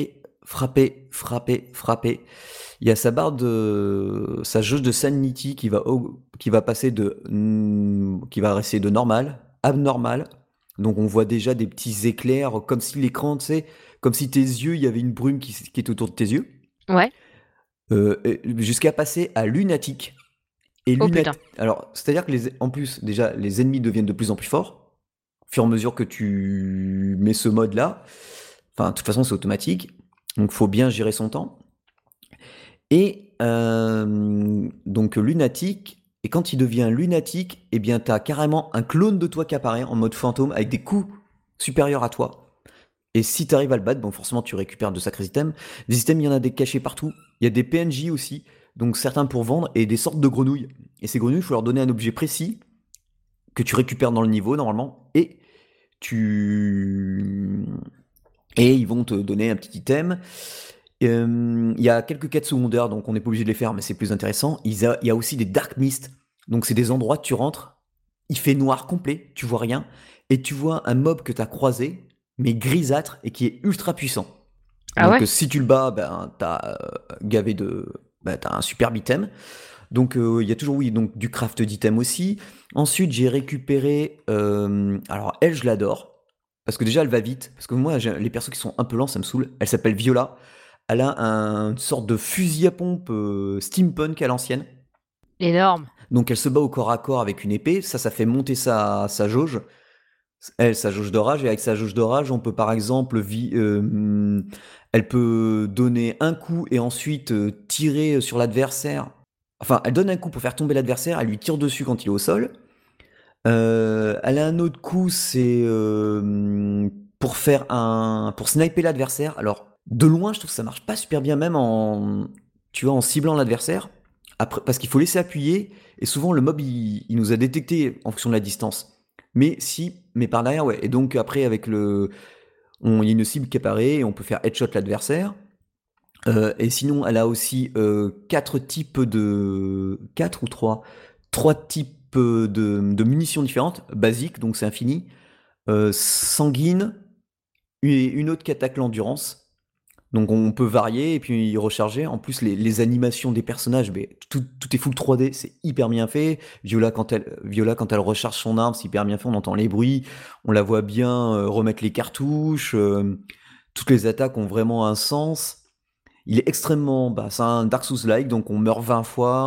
frapper, il y a sa jauge de sanity qui va passer qui va rester de normal, abnormal. Donc on voit déjà des petits éclairs, comme si l'écran, tu sais, comme si tes yeux, il y avait une brume qui est autour de tes yeux, Ouais. jusqu'à passer à lunatique. Et Oh putain. alors, c'est-à-dire que en plus, déjà, les ennemis deviennent de plus en plus forts, au fur et à mesure que tu mets ce mode-là. Enfin, de toute façon, c'est automatique, donc faut bien gérer son temps. Et donc lunatique, et quand il devient lunatique, eh bien t'as carrément un clone de toi qui apparaît en mode fantôme avec des coups supérieurs à toi. Et si t'arrives à le battre, bon forcément tu récupères de sacrés items. Des items, il y en a des cachés partout. Il y a des PNJ aussi, donc certains pour vendre, et des sortes de grenouilles. Et ces grenouilles, il faut leur donner un objet précis que tu récupères dans le niveau normalement, tu et ils vont te donner un petit item. Il y a quelques quêtes secondaires, donc on n'est pas obligé de les faire, mais c'est plus intéressant. Il y a aussi des Dark Mist, donc c'est des endroits tu rentres, il fait noir complet, tu vois rien, et tu vois un mob que tu as croisé, mais grisâtre, et qui est ultra puissant. Ah Donc ouais? si tu le bats, ben, t'as un super item. Donc il y a toujours, oui, donc du craft d'item aussi. Ensuite, j'ai récupéré, alors elle, je l'adore. Parce que déjà, elle va vite. Parce que moi, les persos qui sont un peu lents, ça me saoule. Elle s'appelle Viola. Elle a une sorte de fusil à pompe steampunk à l'ancienne. Énorme. Donc elle se bat au corps à corps avec une épée. Ça fait monter sa jauge. Elle, sa jauge de rage. Et avec sa jauge de rage, on peut par exemple... elle peut donner un coup et ensuite tirer sur l'adversaire. Enfin, elle donne un coup pour faire tomber l'adversaire. Elle lui tire dessus quand il est au sol. Elle a un autre coup, c'est pour sniper l'adversaire. Alors, de loin, je trouve que ça marche pas super bien, même tu vois, en ciblant l'adversaire. Après, parce qu'il faut laisser appuyer, et souvent le mob il nous a détecté en fonction de la distance. Mais par derrière, ouais. Et donc après, il y a une cible qui apparaît et on peut faire headshot l'adversaire. Et sinon, elle a aussi quatre ou trois types de munitions différentes, basiques, donc c'est infini, sanguine, et une autre qui attaque l'endurance. Donc on peut varier et puis recharger. En plus, les animations des personnages, mais tout est full 3D, c'est hyper bien fait. Viola, quand elle recharge son arme, c'est hyper bien fait. On entend les bruits, on la voit bien remettre les cartouches. Toutes les attaques ont vraiment un sens. Il est extrêmement... c'est un Dark Souls-like, donc on meurt 20 fois,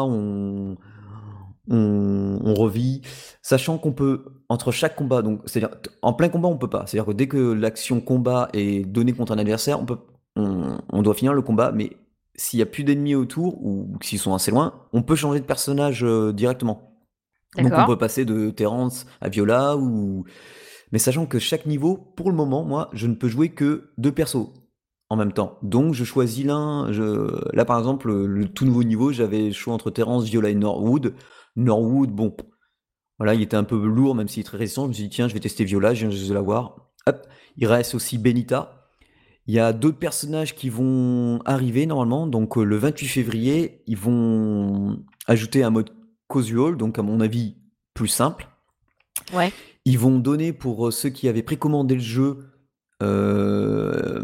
on revit, sachant qu'on peut, entre chaque combat, donc c'est-à-dire en plein combat on peut pas, c'est-à-dire que dès que l'action combat est donnée contre un adversaire, on doit finir le combat, mais s'il y a plus d'ennemis autour, ou s'ils sont assez loin, on peut changer de personnage directement. Donc on D'accord. peut passer de Terrence à Viola, mais sachant que chaque niveau, pour le moment, moi, je ne peux jouer que deux persos en même temps. Donc je choisis l'un. Là, par exemple, le tout nouveau niveau, j'avais le choix entre Terrence, Viola et Norwood. Norwood, bon, voilà, il était un peu lourd, même s'il est très résistant. Je me suis dit, tiens, je vais tester Viola, je viens juste de l'avoir. Hop, il reste aussi Benita. Il y a d'autres personnages qui vont arriver normalement. Donc le 28 février, ils vont ajouter un mode casual, donc à mon avis plus simple. Ouais. Ils vont donner pour ceux qui avaient précommandé le jeu euh,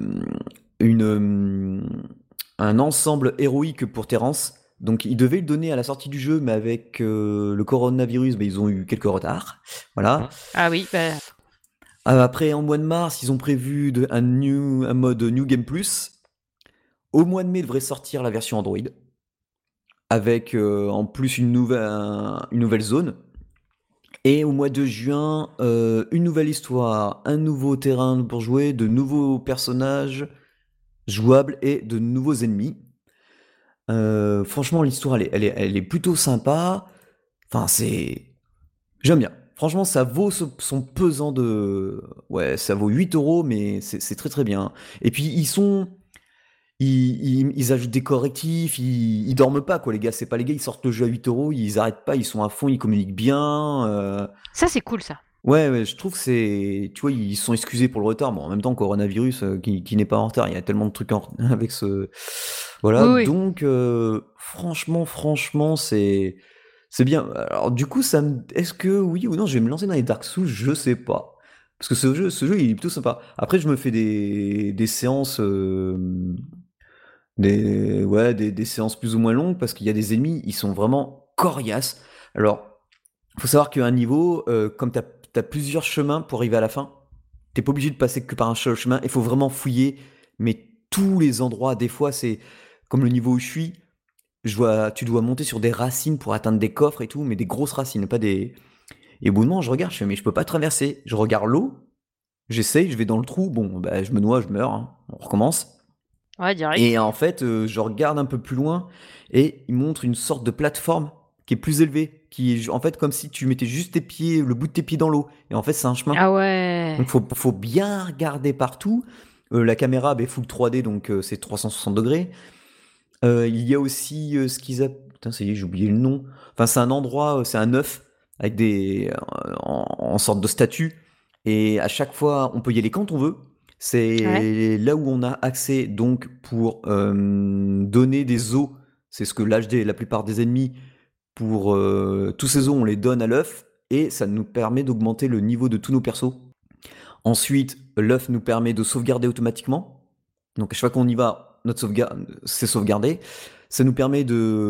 un ensemble héroïque pour Terrence. Donc ils devaient le donner à la sortie du jeu, mais avec le coronavirus, ils ont eu quelques retards. Voilà. Ah oui, bah, Après, en mois de mars, ils ont prévu un mode New Game Plus. Au mois de mai devrait sortir la version Android, avec en plus une nouvelle zone. Et au mois de juin, une nouvelle histoire, un nouveau terrain pour jouer, de nouveaux personnages jouables et de nouveaux ennemis. Franchement, l'histoire, elle est plutôt sympa. Enfin, j'aime bien. Franchement, ça vaut son pesant de... Ouais, ça vaut 8 euros, mais c'est très très bien. Et puis, ils ajoutent des correctifs, ils dorment pas, quoi, les gars. C'est pas les gars, ils sortent le jeu à 8 €, ils arrêtent pas, ils sont à fond, ils communiquent bien. Ça, c'est cool, ça. Ouais, je trouve que c'est. Tu vois, ils sont excusés pour le retard. Bon, en même temps, coronavirus, qui n'est pas en retard, il y a tellement de trucs avec ce. Oui, Voilà, oui. donc, franchement, c'est bien. Alors, du coup, est-ce que oui ou non, je vais me lancer dans les Dark Souls? Je sais pas. Parce que ce jeu, il est plutôt sympa. Après, je me fais des séances. Des séances plus ou moins longues parce qu'il y a des ennemis, ils sont vraiment coriaces. Alors, faut savoir qu'à un niveau, comme t'as plusieurs chemins pour arriver à la fin, t'es pas obligé de passer que par un seul chemin. Il faut vraiment fouiller, mais tous les endroits. Des fois, c'est comme le niveau où je suis. Tu dois monter sur des racines pour atteindre des coffres et tout, mais des grosses racines, pas des. Et au bout d'un moment, je regarde, je fais, mais je peux pas traverser. Je regarde l'eau, j'essaye, je vais dans le trou. Bon, bah, je me noie, je meurs. Hein. On recommence. Ouais, direct. Et en fait, je regarde un peu plus loin et il montre une sorte de plateforme qui est plus élevée, qui est en fait comme si tu mettais juste tes pieds, le bout de tes pieds dans l'eau. Et en fait, c'est un chemin. Ah ouais. Donc, faut bien regarder partout. La caméra est full 3D, donc c'est 360 degrés. Il y a aussi ce qu'ils appellent. Putain, ça y est, j'ai oublié le nom. Enfin, c'est un endroit, c'est un œuf avec en sorte de statue. Et à chaque fois, on peut y aller quand on veut. Ouais. C'est là où on a accès donc pour donner des os. C'est ce que lâchent la plupart des ennemis. Pour tous ces os, on les donne à l'œuf et ça nous permet d'augmenter le niveau de tous nos persos. Ensuite, l'œuf nous permet de sauvegarder automatiquement. Donc à chaque fois qu'on y va, notre sauvegarde, c'est sauvegardé. Ça nous permet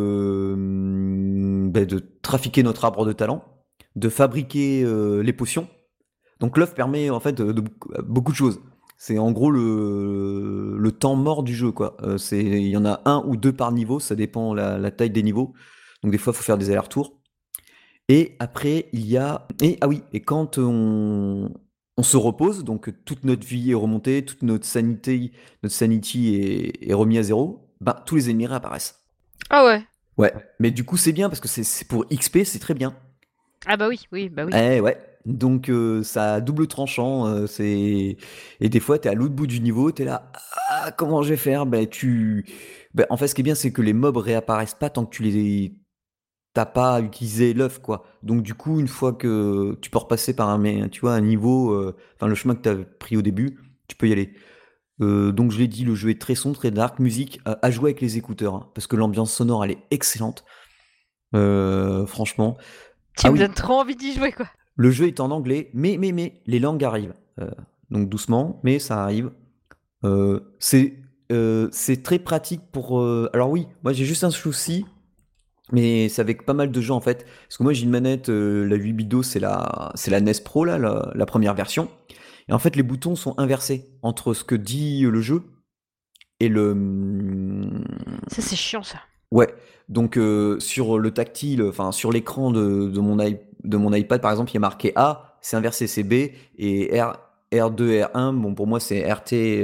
de trafiquer notre arbre de talent, de fabriquer les potions. Donc l'œuf permet en fait beaucoup de choses. C'est en gros le temps mort du jeu, quoi. Il y en a un ou deux par niveau, ça dépend la taille des niveaux. Donc des fois, il faut faire des allers-retours. Et après, il y a. Et ah oui, et quand on se repose, donc toute notre vie est remontée, toute notre sanity est remis à zéro, bah tous les ennemis réapparaissent. Ah ouais. Ouais, mais du coup c'est bien parce que c'est pour XP, c'est très bien. Ah bah oui, oui, bah oui. Ouais. Donc ça a double tranchant, et des fois t'es à l'autre bout du niveau, t'es là, ah comment je vais faire? En fait ce qui est bien c'est que les mobs réapparaissent pas tant que t'as pas utilisé l'œuf, quoi. Donc du coup, une fois que tu peux repasser par tu vois, un niveau, enfin le chemin que t'as pris au début, tu peux y aller. Donc je l'ai dit, le jeu est très sombre, très dark, musique à jouer avec les écouteurs, hein, parce que l'ambiance sonore elle est excellente. Franchement. Tu Ah me oui, donnes trop envie d'y jouer, quoi. le jeu est en anglais, mais les langues arrivent. Donc doucement, mais ça arrive. C'est très pratique pour. Alors oui, moi j'ai juste un souci. Mais c'est avec pas mal de gens en fait. Parce que moi j'ai une manette, la 8 bidos, c'est la NES Pro, là, la première version. Et en fait, les boutons sont inversés entre ce que dit le jeu et le. Ça, c'est chiant, ça. Ouais. Donc sur le tactile, enfin sur l'écran de mon iPad par exemple, il y a marqué A, c'est inversé, c'est B, et R2, R1, bon pour moi c'est RT.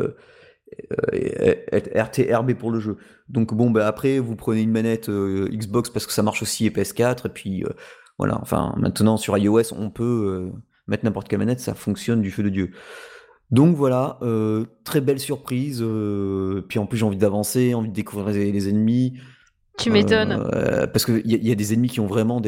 RTRB pour le jeu. Donc bon, bah après, vous prenez une manette Xbox parce que ça marche aussi et PS4, et puis voilà, enfin maintenant sur iOS, on peut mettre n'importe quelle manette, ça fonctionne du feu de Dieu. Donc voilà, très belle surprise, puis en plus j'ai envie d'avancer, envie de découvrir les ennemis, Tu m'étonnes. parce qu'il y a des ennemis qui ont vraiment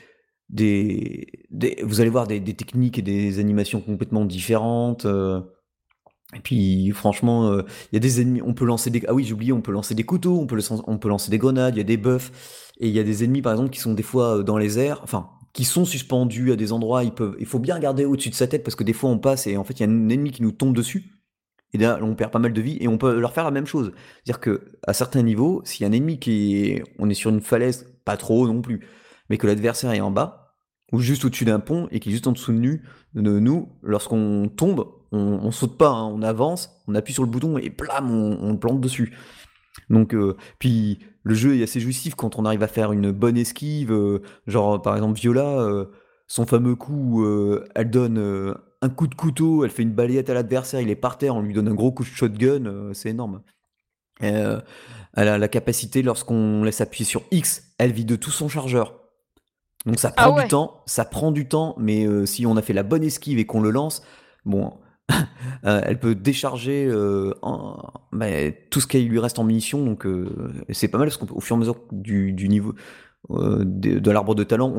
vous allez voir des techniques et des animations complètement différentes. Et puis franchement, il y a des ennemis, on peut lancer des. Ah oui, j'ai oublié, on peut lancer des couteaux, on peut lancer des grenades, il y a des buffs, et il y a des ennemis par exemple qui sont des fois dans les airs, enfin, qui sont suspendus à des endroits, il faut bien regarder au-dessus de sa tête parce que des fois on passe et en fait il y a un ennemi qui nous tombe dessus, et là on perd pas mal de vie, et on peut leur faire la même chose. C'est-à-dire que à certains niveaux, s'il y a un ennemi on est sur une falaise, pas trop non plus, mais que l'adversaire est en bas, ou juste au-dessus d'un pont et qui est juste en dessous de nous, lorsqu'on tombe, on saute pas, hein, on avance, on appuie sur le bouton et blam, on le plante dessus. Donc, puis le jeu est assez jouissif quand on arrive à faire une bonne esquive, genre par exemple Viola, son fameux coup, elle donne un coup de couteau, elle fait une balayette à l'adversaire, il est par terre, on lui donne un gros coup de shotgun, c'est énorme. Euh, Elle a la capacité, lorsqu'on laisse appuyer sur X, elle vide de tout son chargeur. Donc Ah ouais. ça prend du temps, mais si on a fait la bonne esquive et qu'on le lance, bon, Elle peut décharger tout ce qui lui reste en munitions, donc c'est pas mal parce qu'au fur et à mesure du niveau de l'arbre de talent,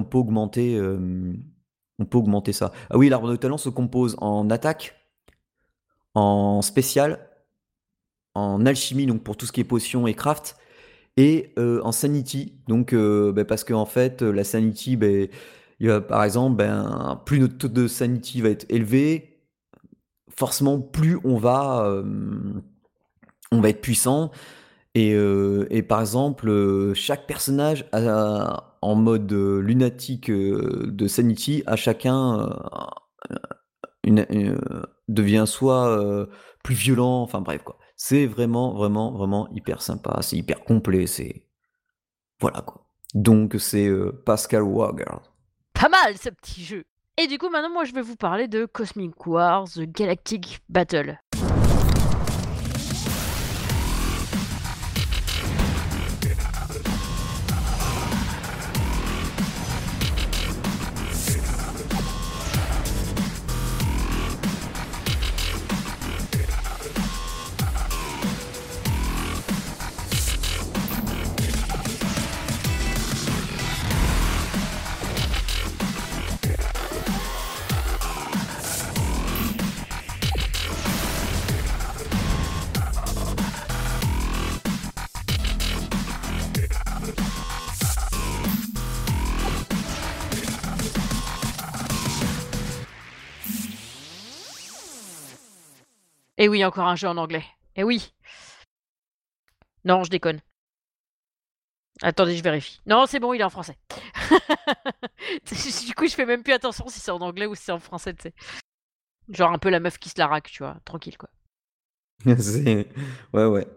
on peut augmenter ça. Ah oui, l'arbre de talent se compose en attaque, en spécial, en alchimie, donc pour tout ce qui est potions et craft, et en sanity, donc parce que en fait, la sanity, par exemple, plus notre taux de sanity va être élevé, forcément plus on va être puissant. Et par exemple, chaque personnage en mode lunatique de Sanity, à chacun devient soit plus violent, enfin bref quoi. C'est vraiment, vraiment, vraiment hyper sympa, c'est hyper complet, c'est... Voilà quoi. Donc c'est Pascal Wargard. Pas mal ce petit jeu. Et du coup, maintenant, moi, je vais vous parler de Cosmic Wars The Galactic Battle. Et oui, encore un jeu en anglais. Et oui. Non, je déconne. Attendez, je vérifie. Non, c'est bon, il est en français. Du coup, je fais même plus attention si c'est en anglais ou si c'est en français, tu sais. Genre un peu la meuf qui se la raque, tu vois. Tranquille, quoi. Ouais, ouais.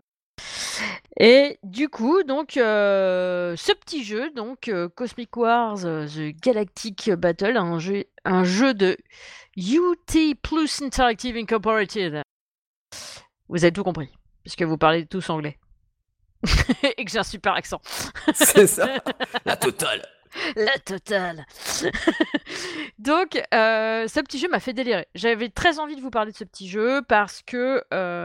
Et du coup, donc, ce petit jeu, donc Cosmic Wars The Galactic Battle, un jeu de UT Plus Interactive Incorporated. Vous avez tout compris, puisque vous parlez tous anglais. Et que j'ai un super accent. C'est ça, la totale. La totale. Donc, ce petit jeu m'a fait délirer. J'avais très envie de vous parler de ce petit jeu parce que...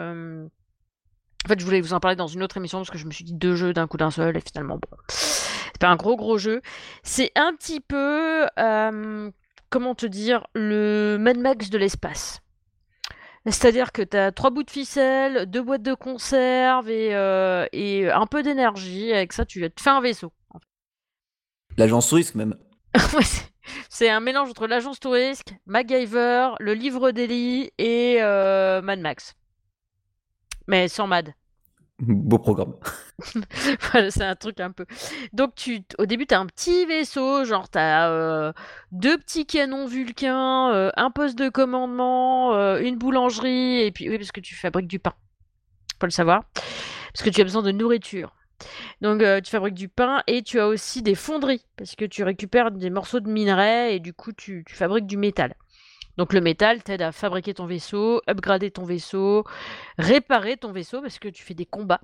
En fait, je voulais vous en parler dans une autre émission parce que je me suis dit 2 jeux d'un coup d'un seul et finalement, bon, c'est pas un gros jeu. C'est un petit peu, comment te dire, le Mad Max de l'espace. C'est-à-dire que t'as 3 bouts de ficelle, 2 boîtes de conserve et un peu d'énergie. Avec ça, tu te fais un vaisseau. En fait. L'agence touriste même. Ouais, c'est un mélange entre l'agence touriste, MacGyver, le livre d'Eli et Mad Max. Mais sans Mad. Beau programme. Voilà, c'est un truc un peu. Donc, au début, t'as un petit vaisseau, genre t'as 2 petits canons vulcains, un poste de commandement, une boulangerie, et puis oui, parce que tu fabriques du pain. Faut le savoir. Parce que tu as besoin de nourriture. Donc, tu fabriques du pain et tu as aussi des fonderies, parce que tu récupères des morceaux de minerais et du coup, tu fabriques du métal. Donc, le métal t'aide à fabriquer ton vaisseau, upgrader ton vaisseau, réparer ton vaisseau, parce que tu fais des combats.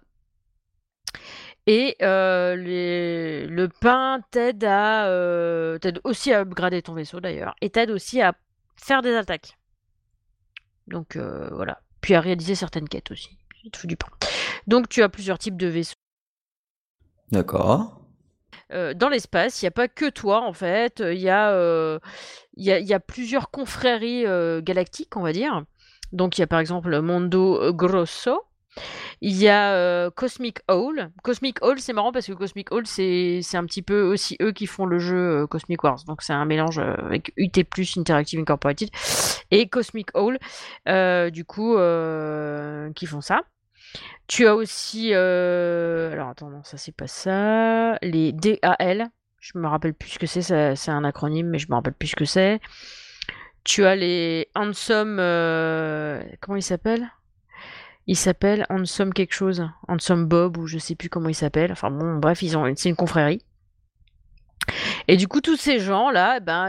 Et le pain t'aide aussi à upgrader ton vaisseau d'ailleurs, et t'aide aussi à faire des attaques. Donc voilà. Puis à réaliser certaines quêtes aussi. Il te faut du pain. Donc tu as plusieurs types de vaisseaux. D'accord. Dans l'espace, il n'y a pas que toi en fait. Il y a plusieurs confréries galactiques, on va dire. Donc il y a par exemple Mondo Grosso. Il y a Cosmic Owl. Cosmic Owl, c'est marrant parce que Cosmic Owl, c'est un petit peu aussi eux qui font le jeu Cosmic Wars. Donc c'est un mélange avec UT+, Interactive Incorporated, et Cosmic Owl, du coup, qui font ça. Tu as aussi... alors attends, non, ça c'est pas ça. Les DAL. Je me rappelle plus ce que c'est un acronyme, mais je me rappelle plus ce que c'est. Tu as les Handsome... comment il s'appelle? Il s'appelle Handsome quelque chose. Handsome Bob, ou je sais plus comment il s'appelle. Enfin bon, bref, c'est une confrérie. Et du coup, tous ces gens-là, ben,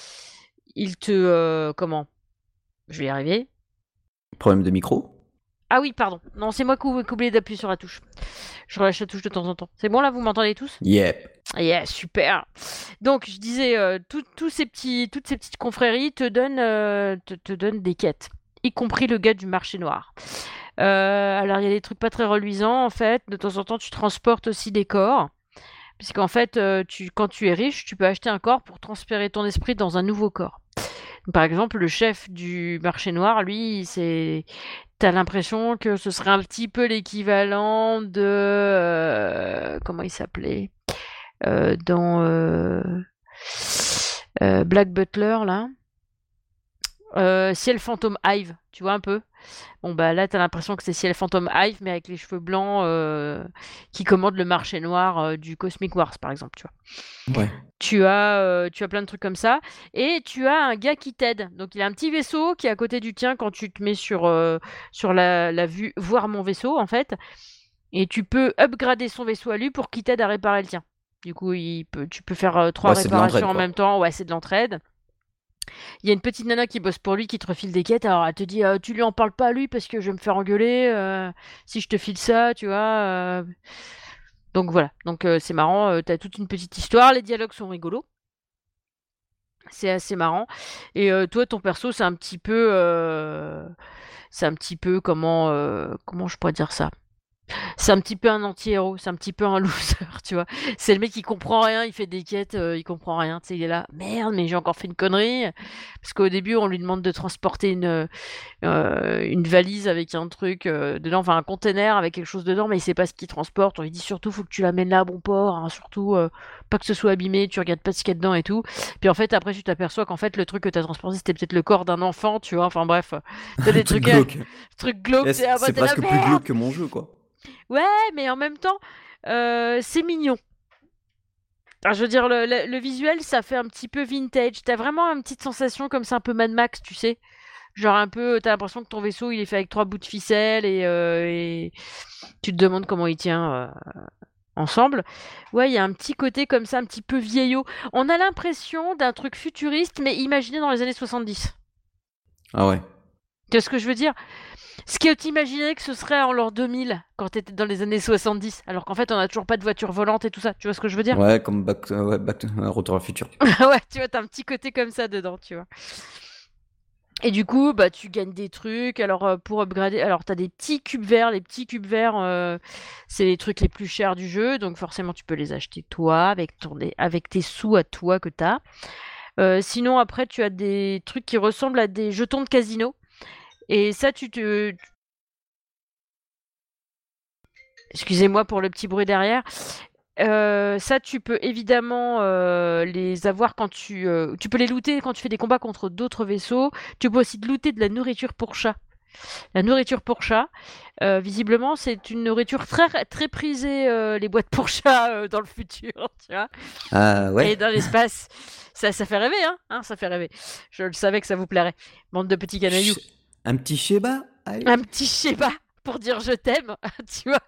comment? Je vais y arriver. Problème de micro? Ah oui, pardon. Non, c'est moi qui ai oublié d'appuyer sur la touche. Je relâche la touche de temps en temps. C'est bon là, vous m'entendez tous? Yep. Yeah, super. Donc, je disais, toutes ces petites confréries te donnent des quêtes, y compris le gars du marché noir. Alors, il y a des trucs pas très reluisants, en fait. De temps en temps, tu transportes aussi des corps. Puisqu'en fait, quand tu es riche, tu peux acheter un corps pour transférer ton esprit dans un nouveau corps. Par exemple, le chef du marché noir, lui, t'as l'impression que ce serait un petit peu l'équivalent de... comment il s'appelait dans Black Butler, là. Ciel Fantôme Hive, tu vois un peu. Bon, bah là, t'as l'impression que c'est Ciel Fantôme Hive, mais avec les cheveux blancs qui commande le marché noir du Cosmic Wars, par exemple, tu vois. Ouais. Tu as plein de trucs comme ça. Et tu as un gars qui t'aide. Donc, il a un petit vaisseau qui est à côté du tien quand tu te mets sur la vue, voir mon vaisseau, en fait. Et tu peux upgrader son vaisseau à lui pour qu'il t'aide à réparer le tien. Du coup, tu peux faire 3 Ouais, c'est de l'entraide, réparations en quoi. même temps. Ouais, c'est de l'entraide. Il y a une petite nana qui bosse pour lui qui te refile des quêtes. Alors elle te dit tu lui en parles pas à lui parce que je vais me faire engueuler si je te file ça, tu vois. Donc voilà. Donc c'est marrant. T'as toute une petite histoire. Les dialogues sont rigolos. C'est assez marrant. Et toi, ton perso, c'est un petit peu comment je pourrais dire ça. C'est un petit peu un anti-héros, c'est un petit peu un loser, tu vois. C'est le mec qui comprend rien, il fait des quêtes, il comprend rien, tu sais, il est là, merde, mais j'ai encore fait une connerie. Parce qu'au début, on lui demande de transporter une valise avec un truc dedans, enfin un container avec quelque chose dedans, mais il sait pas ce qu'il transporte. On lui dit surtout, faut que tu l'amènes là à bon port, hein, surtout pas que ce soit abîmé, tu regardes pas ce qu'il y a dedans et tout. Puis en fait, après, tu t'aperçois qu'en fait, le truc que t'as transporté, c'était peut-être le corps d'un enfant, tu vois. Enfin bref, t'as des Truc trucs, glauque. trucs glauques, Et c'est t'es là, presque plus merde! glauque que mon jeu, quoi. Ouais, mais en même temps, c'est mignon. Alors, je veux dire, le visuel, ça fait un petit peu vintage. T'as vraiment une petite sensation comme c'est un peu Mad Max, tu sais. Genre un peu, t'as l'impression que ton vaisseau, il est fait avec 3 bouts de ficelle et tu te demandes comment il tient ensemble. Ouais, il y a un petit côté comme ça, un petit peu vieillot. On a l'impression d'un truc futuriste, mais imaginé dans les années 70. Ah ouais. Tu vois ce que je veux dire? Ce qui est imaginé que ce serait en l'an 2000, quand t'étais dans les années 70, alors qu'en fait, on n'a toujours pas de voiture volante et tout ça. Tu vois ce que je veux dire? Ouais, comme Retour à le futur. Ouais, tu vois, t'as un petit côté comme ça dedans, tu vois. Et du coup, bah, tu gagnes des trucs. Alors, pour upgrader, alors t'as des petits cubes verts. Les petits cubes verts, c'est les trucs les plus chers du jeu. Donc, forcément, tu peux les acheter toi, avec tes sous à toi que t'as. Sinon, après, tu as des trucs qui ressemblent à des jetons de casino. Et ça, excusez-moi pour le petit bruit derrière. Ça, tu peux évidemment les avoir quand tu peux les looter quand tu fais des combats contre d'autres vaisseaux. Tu peux aussi te looter de la nourriture pour chat. La nourriture pour chat, visiblement, c'est une nourriture très, très prisée, les boîtes pour chat dans le futur, tu vois. Ah Et ouais. dans l'espace, ça fait rêver, hein, ça fait rêver. Je le savais que ça vous plairait. Bande de petits canailloux. Un petit Sheba, allez. Un petit schéma pour dire je t'aime, tu vois.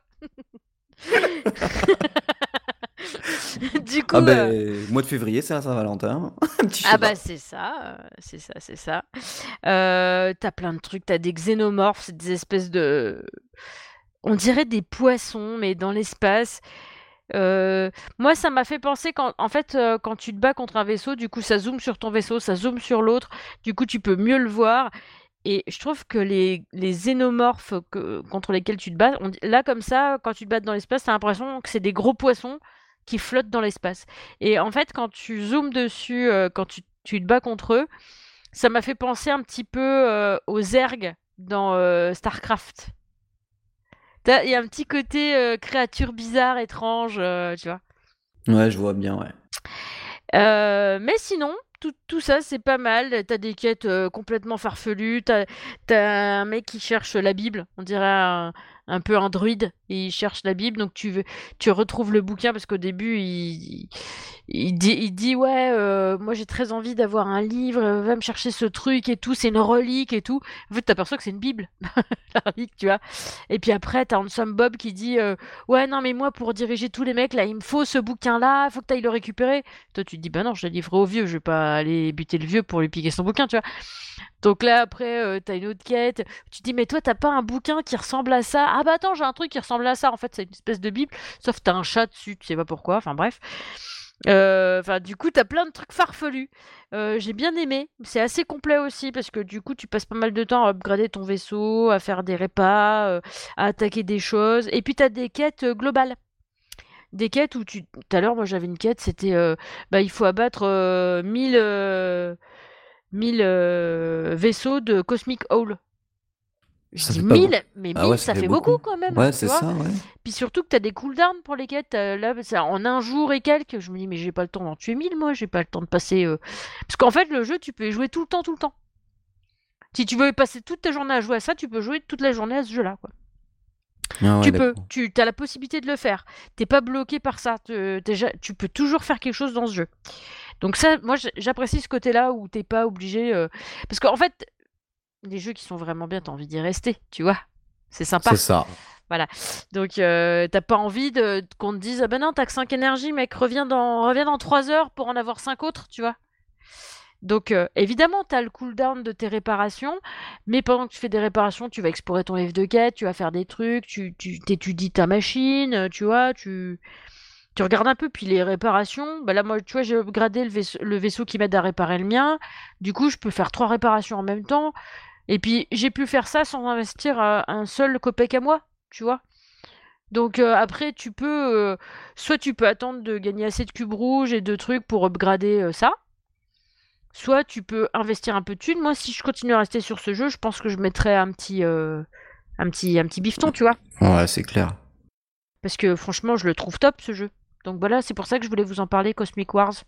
Du coup, Ah ben, mois de février, c'est la Saint-Valentin. Un petit ah bah Sheba. c'est ça, c'est ça. T'as plein de trucs, t'as des xénomorphes, c'est des espèces de... On dirait des poissons, mais dans l'espace. Moi, ça m'a fait penser en fait, quand tu te bats contre un vaisseau, du coup, ça zoome sur ton vaisseau, ça zoome sur l'autre, du coup, tu peux mieux le voir. Et je trouve que les xénomorphes contre lesquels tu te bats, là, comme ça, quand tu te bats dans l'espace, t'as l'impression que c'est des gros poissons qui flottent dans l'espace. Et en fait, quand tu zoomes dessus, quand tu te bats contre eux, ça m'a fait penser un petit peu aux Zerg dans StarCraft. Il y a un petit côté créature bizarre, étrange, tu vois. Ouais, je vois bien, ouais. Mais sinon, tout ça, c'est pas mal. T'as des quêtes complètement farfelues. T'as un mec qui cherche la Bible. On dirait un peu un druide. Et il cherche la Bible. Donc tu retrouves le bouquin parce qu'au début, il dit ouais, moi j'ai très envie d'avoir un livre. Va me chercher ce truc et tout. C'est une relique et tout. En fait, t'aperçois que c'est une Bible. La relique, tu vois. Et puis après, t'as Handsome Bob qui dit ouais, non, mais moi pour diriger tous les mecs, là, il me faut ce bouquin-là. Faut que t'ailles le récupérer. Toi, tu te dis, bah non, je le livre au vieux, je vais pas aller buter le vieux pour lui piquer son bouquin, tu vois. Donc là, après, t'as une autre quête. Tu te dis, mais toi, t'as pas un bouquin qui ressemble à ça? Ah bah attends, j'ai un truc qui ressemble à ça. En fait, c'est une espèce de Bible, sauf t'as un chat dessus, tu sais pas pourquoi. Enfin bref. Enfin, du coup, t'as plein de trucs farfelus. J'ai bien aimé. C'est assez complet aussi parce que du coup, tu passes pas mal de temps à upgrader ton vaisseau, à faire des répas, à attaquer des choses. Et puis, t'as des quêtes globales. Des quêtes où tu. Tout à l'heure, moi, j'avais une quête, c'était bah, il faut abattre 1000 vaisseaux de Cosmic Owl. Je Ça dis fait pas beaucoup. 1000, mais Ah 1000, ouais, ça ça fait fait beaucoup beaucoup. quand même, Ouais, tu c'est vois. ça, ouais. Puis surtout que t'as des cooldowns pour les quêtes. Là, en un jour et quelques, je me dis, mais j'ai pas le temps d'en tuer 1000, moi, j'ai pas le temps de passer. Parce qu'en fait, le jeu, tu peux y jouer tout le temps, tout le temps. Si tu veux passer toute ta journée à jouer à ça, tu peux jouer toute la journée à ce jeu-là, quoi. Ah ouais, Tu peux, d'accord. tu as la possibilité de le faire. T'es pas bloqué par ça. Tu peux toujours faire quelque chose dans ce jeu. Donc ça, moi, j'apprécie ce côté-là où t'es pas obligé. Parce qu'en fait, les jeux qui sont vraiment bien, t'as envie d'y rester, tu vois. C'est C'est sympa. ça. Voilà. Donc, t'as pas envie qu'on te dise, ah ben non, t'as que 5 énergies, mec, reviens dans 3 heures pour en avoir 5 autres, tu vois. Donc, évidemment, t'as le cooldown de tes réparations, mais pendant que tu fais des réparations, tu vas explorer ton livre de quête, tu vas faire des trucs, tu t'étudies ta machine, tu vois, tu regardes un peu. Puis les réparations, bah là, moi, tu vois, j'ai upgradé le vaisseau qui m'aide à réparer le mien. Du coup, je peux faire 3 réparations en même temps. Et puis, j'ai pu faire ça sans investir un seul copec à moi, tu vois. Donc après, soit tu peux attendre de gagner assez de cubes rouges et de trucs pour upgrader ça, soit tu peux investir un peu de thunes. Moi, si je continue à rester sur ce jeu, je pense que je mettrais un petit bifton, tu vois. Ouais, c'est clair. Parce que franchement, je le trouve top ce jeu. Donc voilà, c'est pour ça que je voulais vous en parler, Cosmic Wars.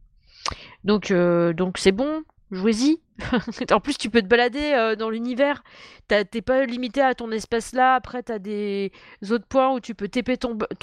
Donc c'est bon, jouez-y. En plus, tu peux te balader dans l'univers. T'es pas limité à ton espace là. Après, t'as des autres points où tu peux TP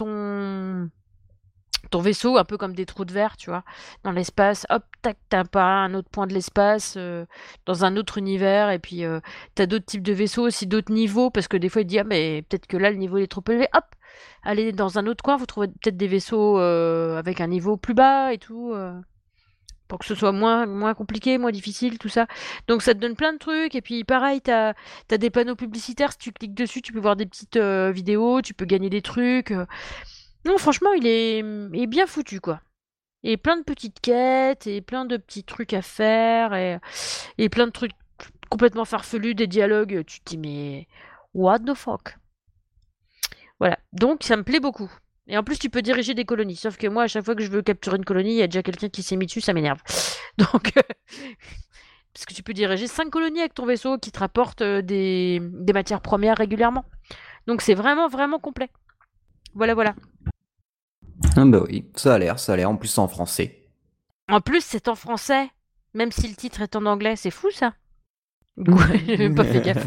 ton vaisseau, un peu comme des trous de verre, tu vois, dans l'espace. Hop, tac, t'as pas un autre point de l'espace, dans un autre univers. Et puis, t'as d'autres types de vaisseaux, aussi d'autres niveaux, parce que des fois, il dit, ah, mais peut-être que là, le niveau il est trop élevé. Hop, allez dans un autre coin, vous trouvez peut-être des vaisseaux avec un niveau plus bas et tout. Pour que ce soit moins compliqué, moins difficile, tout ça. Donc ça te donne plein de trucs. Et puis pareil, t'as des panneaux publicitaires. Si tu cliques dessus, tu peux voir des petites vidéos, tu peux gagner des trucs. Non, franchement, il est bien foutu, quoi. Et plein de petites quêtes, et plein de petits trucs à faire, et plein de trucs complètement farfelus, des dialogues. Tu te dis, mais what the fuck? Voilà. Donc ça me plaît beaucoup. Et en plus, tu peux diriger des colonies. Sauf que moi, à chaque fois que je veux capturer une colonie, il y a déjà quelqu'un qui s'est mis dessus, ça m'énerve. Donc, parce que tu peux diriger 5 colonies avec ton vaisseau qui te rapportent des matières premières régulièrement. Donc c'est vraiment, vraiment complet. Voilà, voilà. Ah bah oui, ça a l'air, ça a l'air. En plus, c'est en français. En plus, c'est en français, même si le titre est en anglais. C'est fou, ça. Du coup, j'ai même pas fait gaffe.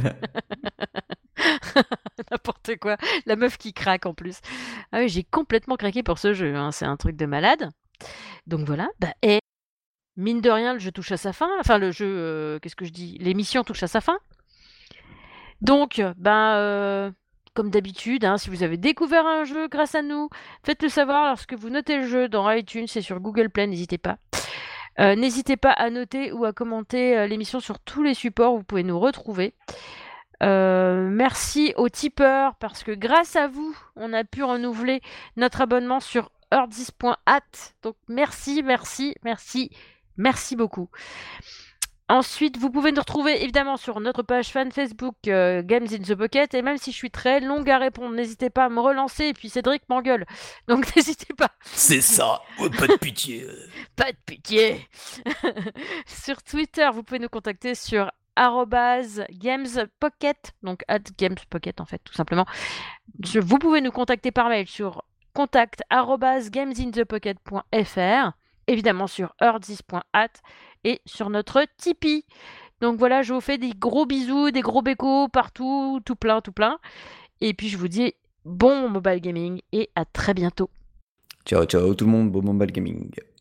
N'importe quoi. La meuf qui craque en plus. Ah oui, j'ai complètement craqué pour ce jeu, hein. C'est un truc de malade. Donc voilà. Bah, et mine de rien, le jeu touche à sa fin. Enfin, le jeu, qu'est-ce que je dis? L'émission touche à sa fin. Donc, comme d'habitude, hein, si vous avez découvert un jeu grâce à nous, faites-le savoir lorsque vous notez le jeu dans iTunes et sur Google Play, n'hésitez pas. N'hésitez pas à noter ou à commenter l'émission sur tous les supports où vous pouvez nous retrouver. Merci aux tipeurs parce que grâce à vous, on a pu renouveler notre abonnement sur earthis.at. Donc merci, merci, merci, merci beaucoup. Ensuite, vous pouvez nous retrouver évidemment sur notre page fan Facebook Games in the Pocket. Et même si je suis très longue à répondre, n'hésitez pas à me relancer. Et puis Cédric m'engueule. Donc n'hésitez pas. C'est ça, pas de pitié. Pas de pitié. Sur Twitter, vous pouvez nous contacter sur @gamespocket, donc @gamespocket en fait, tout simplement. Vous pouvez nous contacter par mail sur contact@gamesinthepocket.fr, évidemment sur earthis.at et sur notre Tipeee. Donc voilà, je vous fais des gros bisous, des gros bécos partout, tout plein, tout plein. Et puis je vous dis bon mobile gaming et à très bientôt. Ciao, ciao tout le monde, bon mobile gaming.